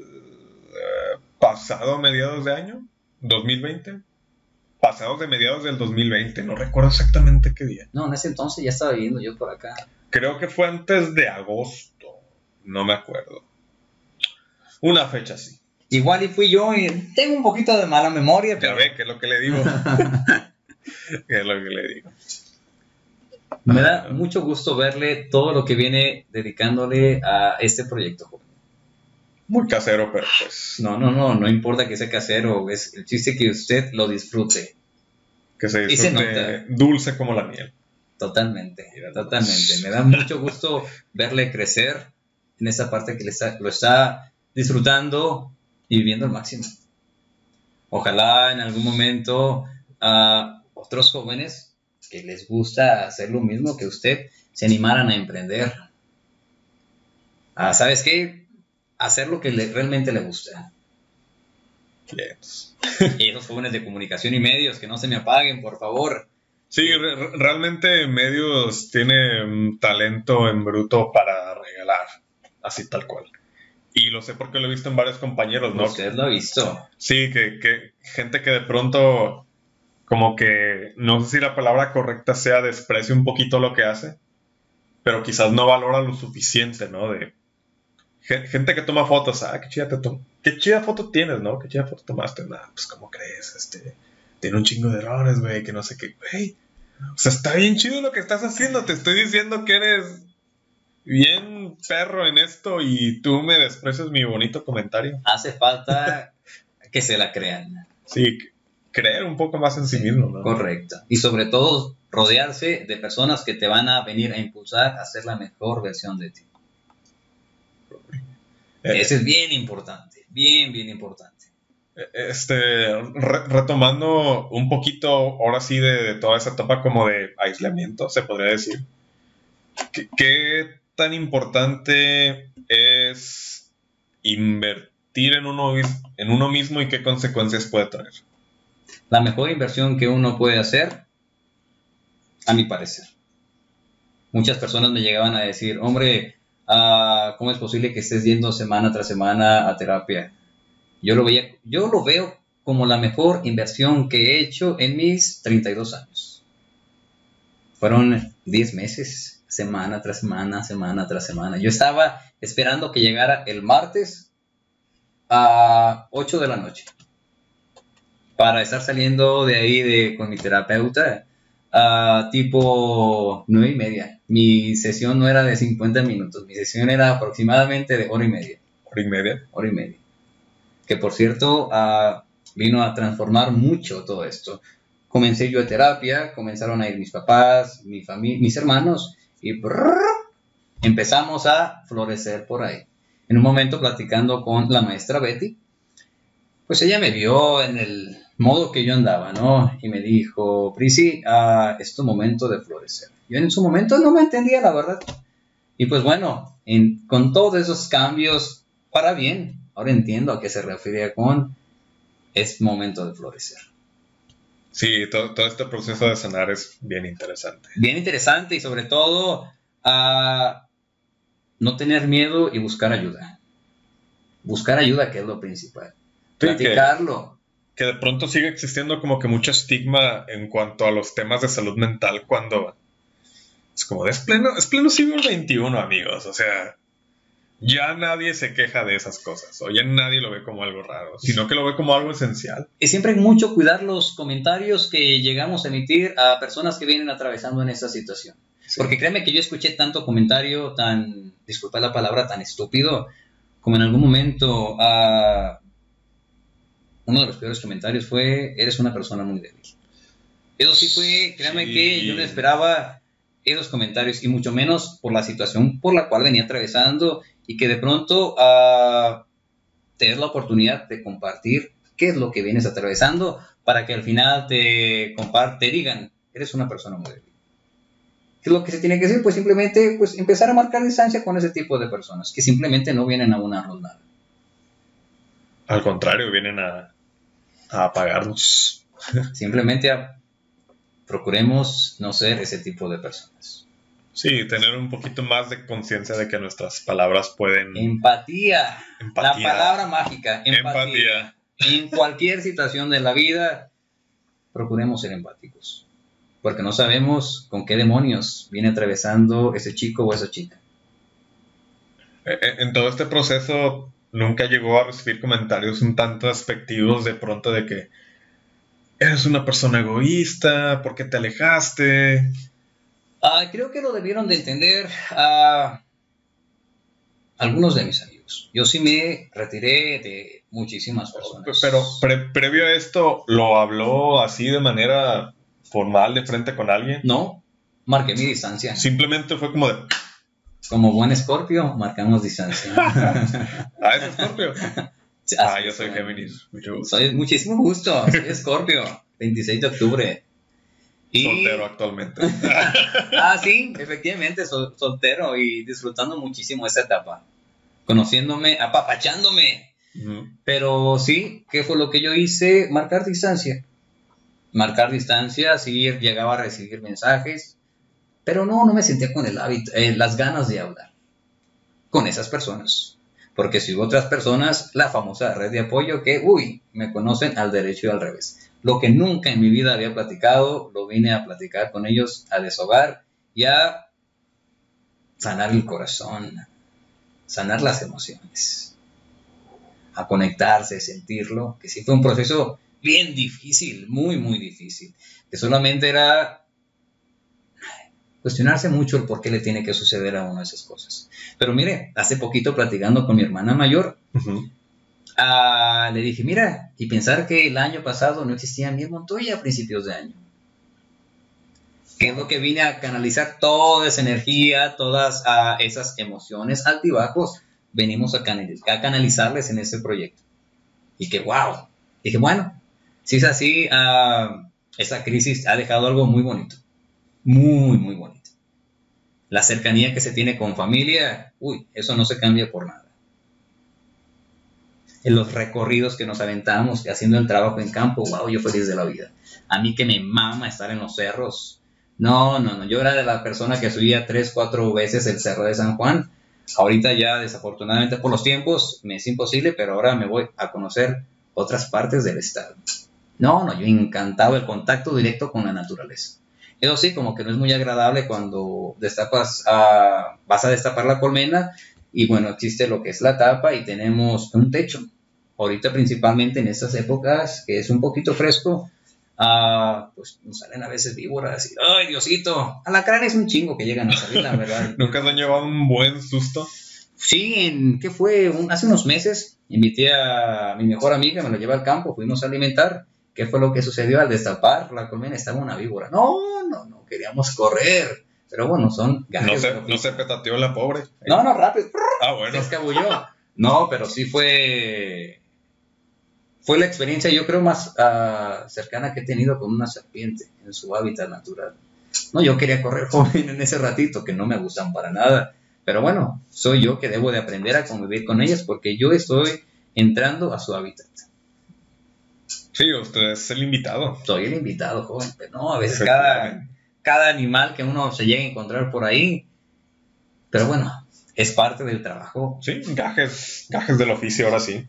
pasado a mediados de año, dos mil veinte. Pasados de mediados del dos mil veinte, no recuerdo exactamente qué día. No, en ese entonces ya estaba viviendo yo por acá. Creo que fue antes de agosto, no me acuerdo. Una fecha así. Igual y fui yo y tengo un poquito de mala memoria, Ya pero ve, ¿qué es lo que le digo? ¿Qué es lo que le digo? me da mucho gusto verle todo lo que viene dedicándole a este proyecto, joven. Muy casero, pero pues No, no, no, no importa que sea casero, es el chiste que usted lo disfrute. que se Y se disfrute dulce como la miel. Totalmente, Mira, totalmente. Me da mucho gusto verle crecer en esa parte que le está, lo está disfrutando y viviendo al máximo. Ojalá en algún momento a otros jóvenes que les gusta hacer lo mismo que usted se animaran a emprender. Ah, ¿sabes qué? Hacer lo que le- realmente le gusta. Bien. Y esos jóvenes de comunicación y medios, que no se me apaguen, por favor. Sí, re- re- realmente Medios tiene mm, talento en bruto para regalar, así tal cual. Y lo sé porque lo he visto en varios compañeros, ¿no? Usted lo ha visto. Sí, que, que gente que de pronto, como que, no sé si la palabra correcta sea desprecia un poquito lo que hace, pero quizás no valora lo suficiente, ¿no? De gen- gente que toma fotos, ah, qué chida, te tom- qué chida foto tienes, ¿no? Qué chida foto tomaste, nada, pues ¿cómo crees? Este, tiene un chingo de errores, güey, que no sé qué, güey. O sea, está bien chido lo que estás haciendo, te estoy diciendo que eres bien perro en esto y tú me desprecias mi bonito comentario. Hace falta que se la crean. Sí, creer un poco más en sí mismo, ¿no? Correcto. Y sobre todo, rodearse de personas que te van a venir a impulsar a ser la mejor versión de ti. Eh, Eso es bien importante, bien, bien importante. Este, re- retomando un poquito, ahora sí, de, de toda esa etapa como de aislamiento, se podría decir. ¿Qué, qué tan importante es invertir en uno, mis- en uno mismo y qué consecuencias puede traer? La mejor inversión que uno puede hacer, a mi parecer. Muchas personas me llegaban a decir, hombre, ah, ¿cómo es posible que estés yendo semana tras semana a terapia? Yo lo veía, yo lo veo como la mejor inversión que he hecho en mis treinta y dos años. Fueron diez meses, semana tras semana, semana tras semana. Yo estaba esperando que llegara el martes a ocho de la noche para estar saliendo de ahí de, con mi terapeuta a tipo nueve y media. Mi sesión no era de cincuenta minutos, mi sesión era aproximadamente de hora y media. ¿Hora y media? Hora y media. Que por cierto, uh, vino a transformar mucho todo esto. Comencé yo a terapia, comenzaron a ir mis papás, mi familia, mis hermanos, y brrr, empezamos a florecer por ahí. En un momento, platicando con la maestra Betty, pues ella me vio en el modo que yo andaba, ¿no? Y me dijo, Prisi, uh, es tu momento de florecer. Yo en su momento no me entendía, la verdad. Y pues bueno, en, con todos esos cambios, para bien, ahora entiendo a qué se refería con es momento de florecer. Sí, todo, todo este proceso de sanar es bien interesante. Bien interesante y sobre todo a no tener miedo y buscar ayuda. Buscar ayuda, que es lo principal. Sí, Platicarlo. Que, que de pronto sigue existiendo como que mucho estigma en cuanto a los temas de salud mental cuando es como, es pleno, es pleno siglo veintiuno, amigos. O sea, ya nadie se queja de esas cosas, o ya nadie lo ve como algo raro, sino que lo ve como algo esencial. Y siempre hay mucho cuidar los comentarios que llegamos a emitir a personas que vienen atravesando en esta situación. Sí. Porque créeme que yo escuché tanto comentario tan, disculpa la palabra, tan estúpido, como en algún momento uh, uno de los peores comentarios fue, eres una persona muy débil. Eso sí fue, créame sí. que yo no esperaba esos comentarios, y mucho menos por la situación por la cual venía atravesando, y que de pronto uh, te des la oportunidad de compartir qué es lo que vienes atravesando, para que al final te, compart- te digan, eres una persona muy débil. ¿Qué es lo que se tiene que hacer? Pues simplemente pues, empezar a marcar distancia con ese tipo de personas, que simplemente no vienen a unarnos nada. Al contrario, vienen a, a apagarnos. Simplemente a, procuremos no ser ese tipo de personas. Sí, tener un poquito más de conciencia de que nuestras palabras pueden... Empatía. Empatía. La palabra mágica. Empatía. Empatía. En cualquier situación de la vida, procuremos ser empáticos. Porque no sabemos con qué demonios viene atravesando ese chico o esa chica. En todo este proceso, nunca llegó a recibir comentarios un tanto despectivos de pronto de que eres una persona egoísta, ¿por qué te alejaste? Uh, creo que lo debieron de entender uh, algunos de mis amigos. Yo sí me retiré de muchísimas personas. Pero pre- previo a esto, ¿lo habló así de manera formal de frente con alguien? No, marqué mi distancia. Simplemente fue como de... Como buen Escorpio, marcamos distancia. ¿Ah, es Escorpio? Ah, yo soy Géminis. Mucho gusto. Soy muchísimo gusto, soy Escorpio, veintiséis de octubre. Y... soltero actualmente. Ah, sí, efectivamente, sol- soltero y disfrutando muchísimo esa etapa. Conociéndome, apapachándome. Uh-huh. Pero sí, ¿qué fue lo que yo hice? Marcar distancia. Marcar distancia, sí, llegaba a recibir mensajes, pero no, no me sentía con el hábito, eh, las ganas de hablar con esas personas. Porque si hubo otras personas, la famosa red de apoyo que, uy, me conocen al derecho y al revés. Lo que nunca en mi vida había platicado, lo vine a platicar con ellos, a deshogar y a sanar el corazón, sanar las emociones, a conectarse, sentirlo, que sí fue un proceso bien difícil, muy, muy difícil, que solamente era cuestionarse mucho el por qué le tiene que suceder a uno esas cosas. Pero mire, hace poquito platicando con mi hermana mayor, uh-huh. Uh, le dije, mira, y pensar que el año pasado no existía Miel Montoya a principios de año. Que es lo que vine a canalizar toda esa energía, todas uh, esas emociones altibajos, venimos a, canaliz- a canalizarles en ese proyecto. Y que, wow, dije, bueno, si es así, uh, esa crisis ha dejado algo muy bonito, muy, muy bonito. La cercanía que se tiene con familia, uy, eso no se cambia por nada. En los recorridos que nos aventamos haciendo el trabajo en campo, wow, yo feliz de la vida. A mí que me mama estar en los cerros. No, no, no, yo era de la persona que subía tres, cuatro veces el cerro de San Juan. Ahorita ya desafortunadamente por los tiempos me es imposible, pero ahora me voy a conocer otras partes del estado. No, no, yo encantado el contacto directo con la naturaleza. Eso sí, como que no es muy agradable cuando destapas, uh, vas a destapar la colmena y bueno, existe lo que es la tapa y tenemos un techo. Ahorita principalmente en estas épocas, que es un poquito fresco, uh, pues nos salen a veces víboras y ¡ay, Diosito! Alacranes es un chingo que llegan a salir, la verdad. ¿Nunca te han llevado un buen susto? Sí, en, ¿qué fue? Un, hace unos meses invité a mi mejor amiga, me lo llevé al campo, fuimos a alimentar. ¿Qué fue lo que sucedió al destapar la colmena? Estaba una víbora. No, no, no, queríamos correr. Pero bueno, son gajes. No se, no se petateó la pobre. No, no, rápido. Ah, bueno. Se escabulló. No, pero sí fue... Fue la experiencia, yo creo, más uh, cercana que he tenido con una serpiente en su hábitat natural. No, yo quería correr, joven, en ese ratito, que no me gustan para nada. Pero bueno, soy yo que debo de aprender a convivir con ellas porque yo estoy entrando a su hábitat. Sí, usted es el invitado. Soy el invitado, joven. Pero no, a veces cada, cada animal que uno se llega a encontrar por ahí. Pero bueno, es parte del trabajo. Sí, gajes, gajes del oficio, ahora sí.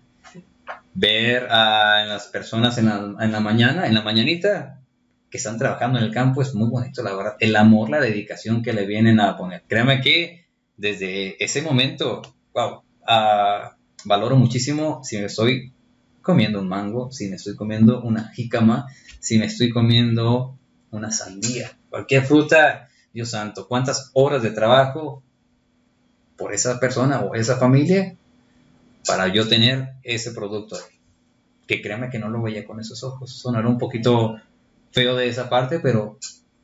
Ver a las personas en la, en la mañana, en la mañanita, que están trabajando en el campo, es muy bonito, la verdad. El amor, la dedicación que le vienen a poner. Créame que desde ese momento, wow, uh, valoro muchísimo si me estoy comiendo un mango, si me estoy comiendo una jícama, si me estoy comiendo una sandía, cualquier fruta, Dios santo, cuántas horas de trabajo por esa persona o esa familia para yo tener ese producto ahí. Que créame que no lo veía con esos ojos. Sonará un poquito feo de esa parte, pero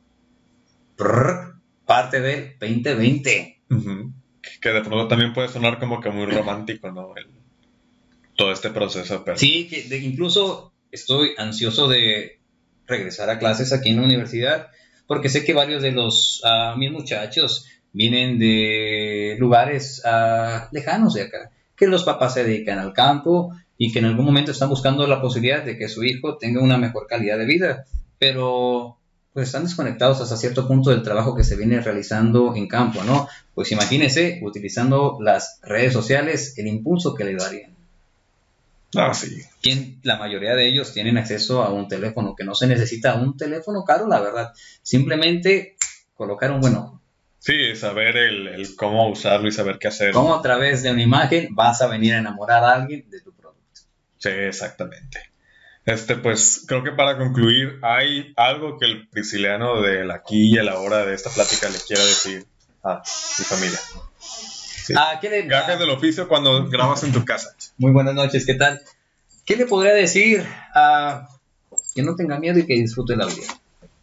prrr, parte del veinte veinte. Uh-huh. Que de pronto también puede sonar como que muy romántico, ¿no? El, todo este proceso. Pero... Sí, que de, incluso estoy ansioso de regresar a clases aquí en la universidad, porque sé que varios de los uh, mis muchachos vienen de lugares uh, lejanos de acá, que los papás se dedican al campo y que en algún momento están buscando la posibilidad de que su hijo tenga una mejor calidad de vida, pero pues están desconectados hasta cierto punto del trabajo que se viene realizando en campo, ¿no? Pues imagínense, utilizando las redes sociales, el impulso que le darían. Ah, sí. Quien, la mayoría de ellos tienen acceso a un teléfono, que no se necesita un teléfono caro, la verdad. Simplemente colocar un buen ojo. Sí, saber el, el cómo usarlo y saber qué hacer. Cómo a través de una imagen vas a venir a enamorar a alguien de tu producto. Sí, exactamente. Este, pues, creo que para concluir, ¿hay algo que el prisciliano del aquí y el ahora de esta plática le quiera decir a mi familia? Sí. Ah, ¿qué le... Gajes del oficio cuando grabas en tu casa. Muy buenas noches, ¿qué tal? ¿Qué le podría decir a que no tenga miedo y que disfrute la vida?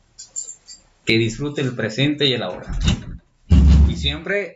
Que disfrute el presente y el ahora. Y siempre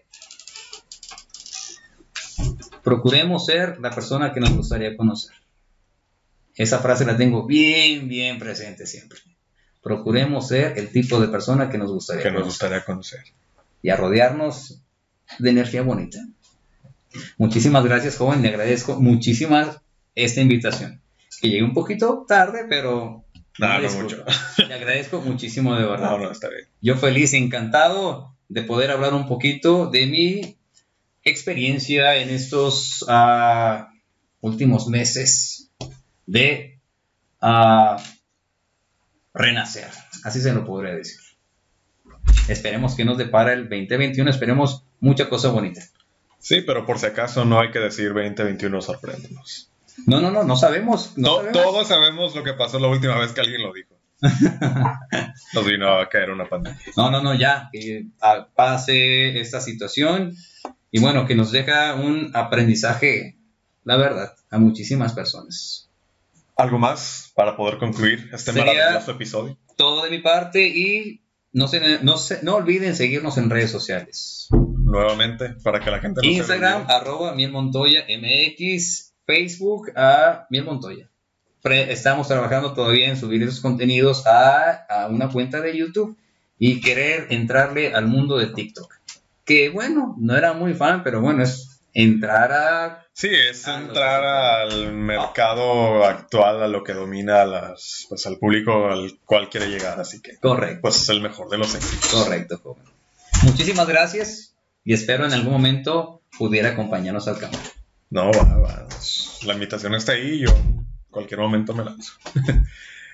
procuremos ser la persona que nos gustaría conocer. Esa frase la tengo bien, bien presente siempre. Procuremos ser el tipo de persona que nos gustaría que conocer. nos gustaría conocer. Y a rodearnos de energía bonita. Muchísimas gracias, joven. Le agradezco muchísimas esta invitación. Que llegué un poquito tarde, pero... No, no mucho. Le agradezco muchísimo, de verdad. No, no, está bien. Yo feliz y encantado de poder hablar un poquito de mi experiencia en estos uh, últimos meses de uh, renacer. Así se lo podría decir. Esperemos que nos depara el veinte veintiuno. Esperemos mucha cosa bonita. Sí, pero por si acaso no hay que decir veinte veintiuno, sorpréndenos. No, no, no, no sabemos. No no, sabemos. Todos sabemos lo que pasó la última vez que alguien lo dijo. Nos vino a caer una pandemia. No, no, no, ya. Que pase esta situación y bueno, que nos deja un aprendizaje, la verdad, a muchísimas personas. ¿Algo más para poder concluir este Sería maravilloso episodio? Todo de mi parte y no, se, no, se, no olviden seguirnos en redes sociales. Nuevamente, para que la gente no Instagram, arroba Miel Montoya M X, Facebook a Miel Montoya. Estamos trabajando todavía en subir esos contenidos a, a una cuenta de YouTube y querer entrarle al mundo de TikTok. Que bueno, no era muy fan, pero bueno, es entrar a... Sí, es a entrar al mercado ah. actual, a lo que domina a las, pues, al público al cual quiere llegar, así que... Correcto. Pues es el mejor de los éxitos. Correcto, joven. Muchísimas gracias y espero en algún momento pudiera acompañarnos al campo. No, va, va. La invitación está ahí y yo en cualquier momento me lanzo.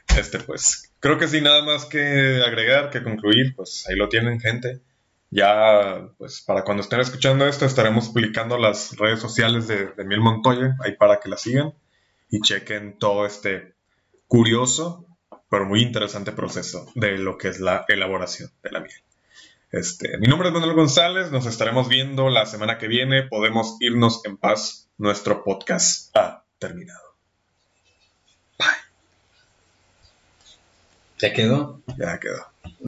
Este, pues, creo que sin nada más que agregar, que concluir, pues ahí lo tienen, gente. Ya, pues, para cuando estén escuchando esto, estaremos publicando las redes sociales de, de Miel Montoya, ahí para que la sigan y chequen todo este curioso, pero muy interesante proceso de lo que es la elaboración de la miel. Este, mi nombre es Manuel González, nos estaremos viendo la semana que viene. Podemos irnos en paz. Nuestro podcast ha terminado. Bye. ¿Ya quedó? Ya quedó.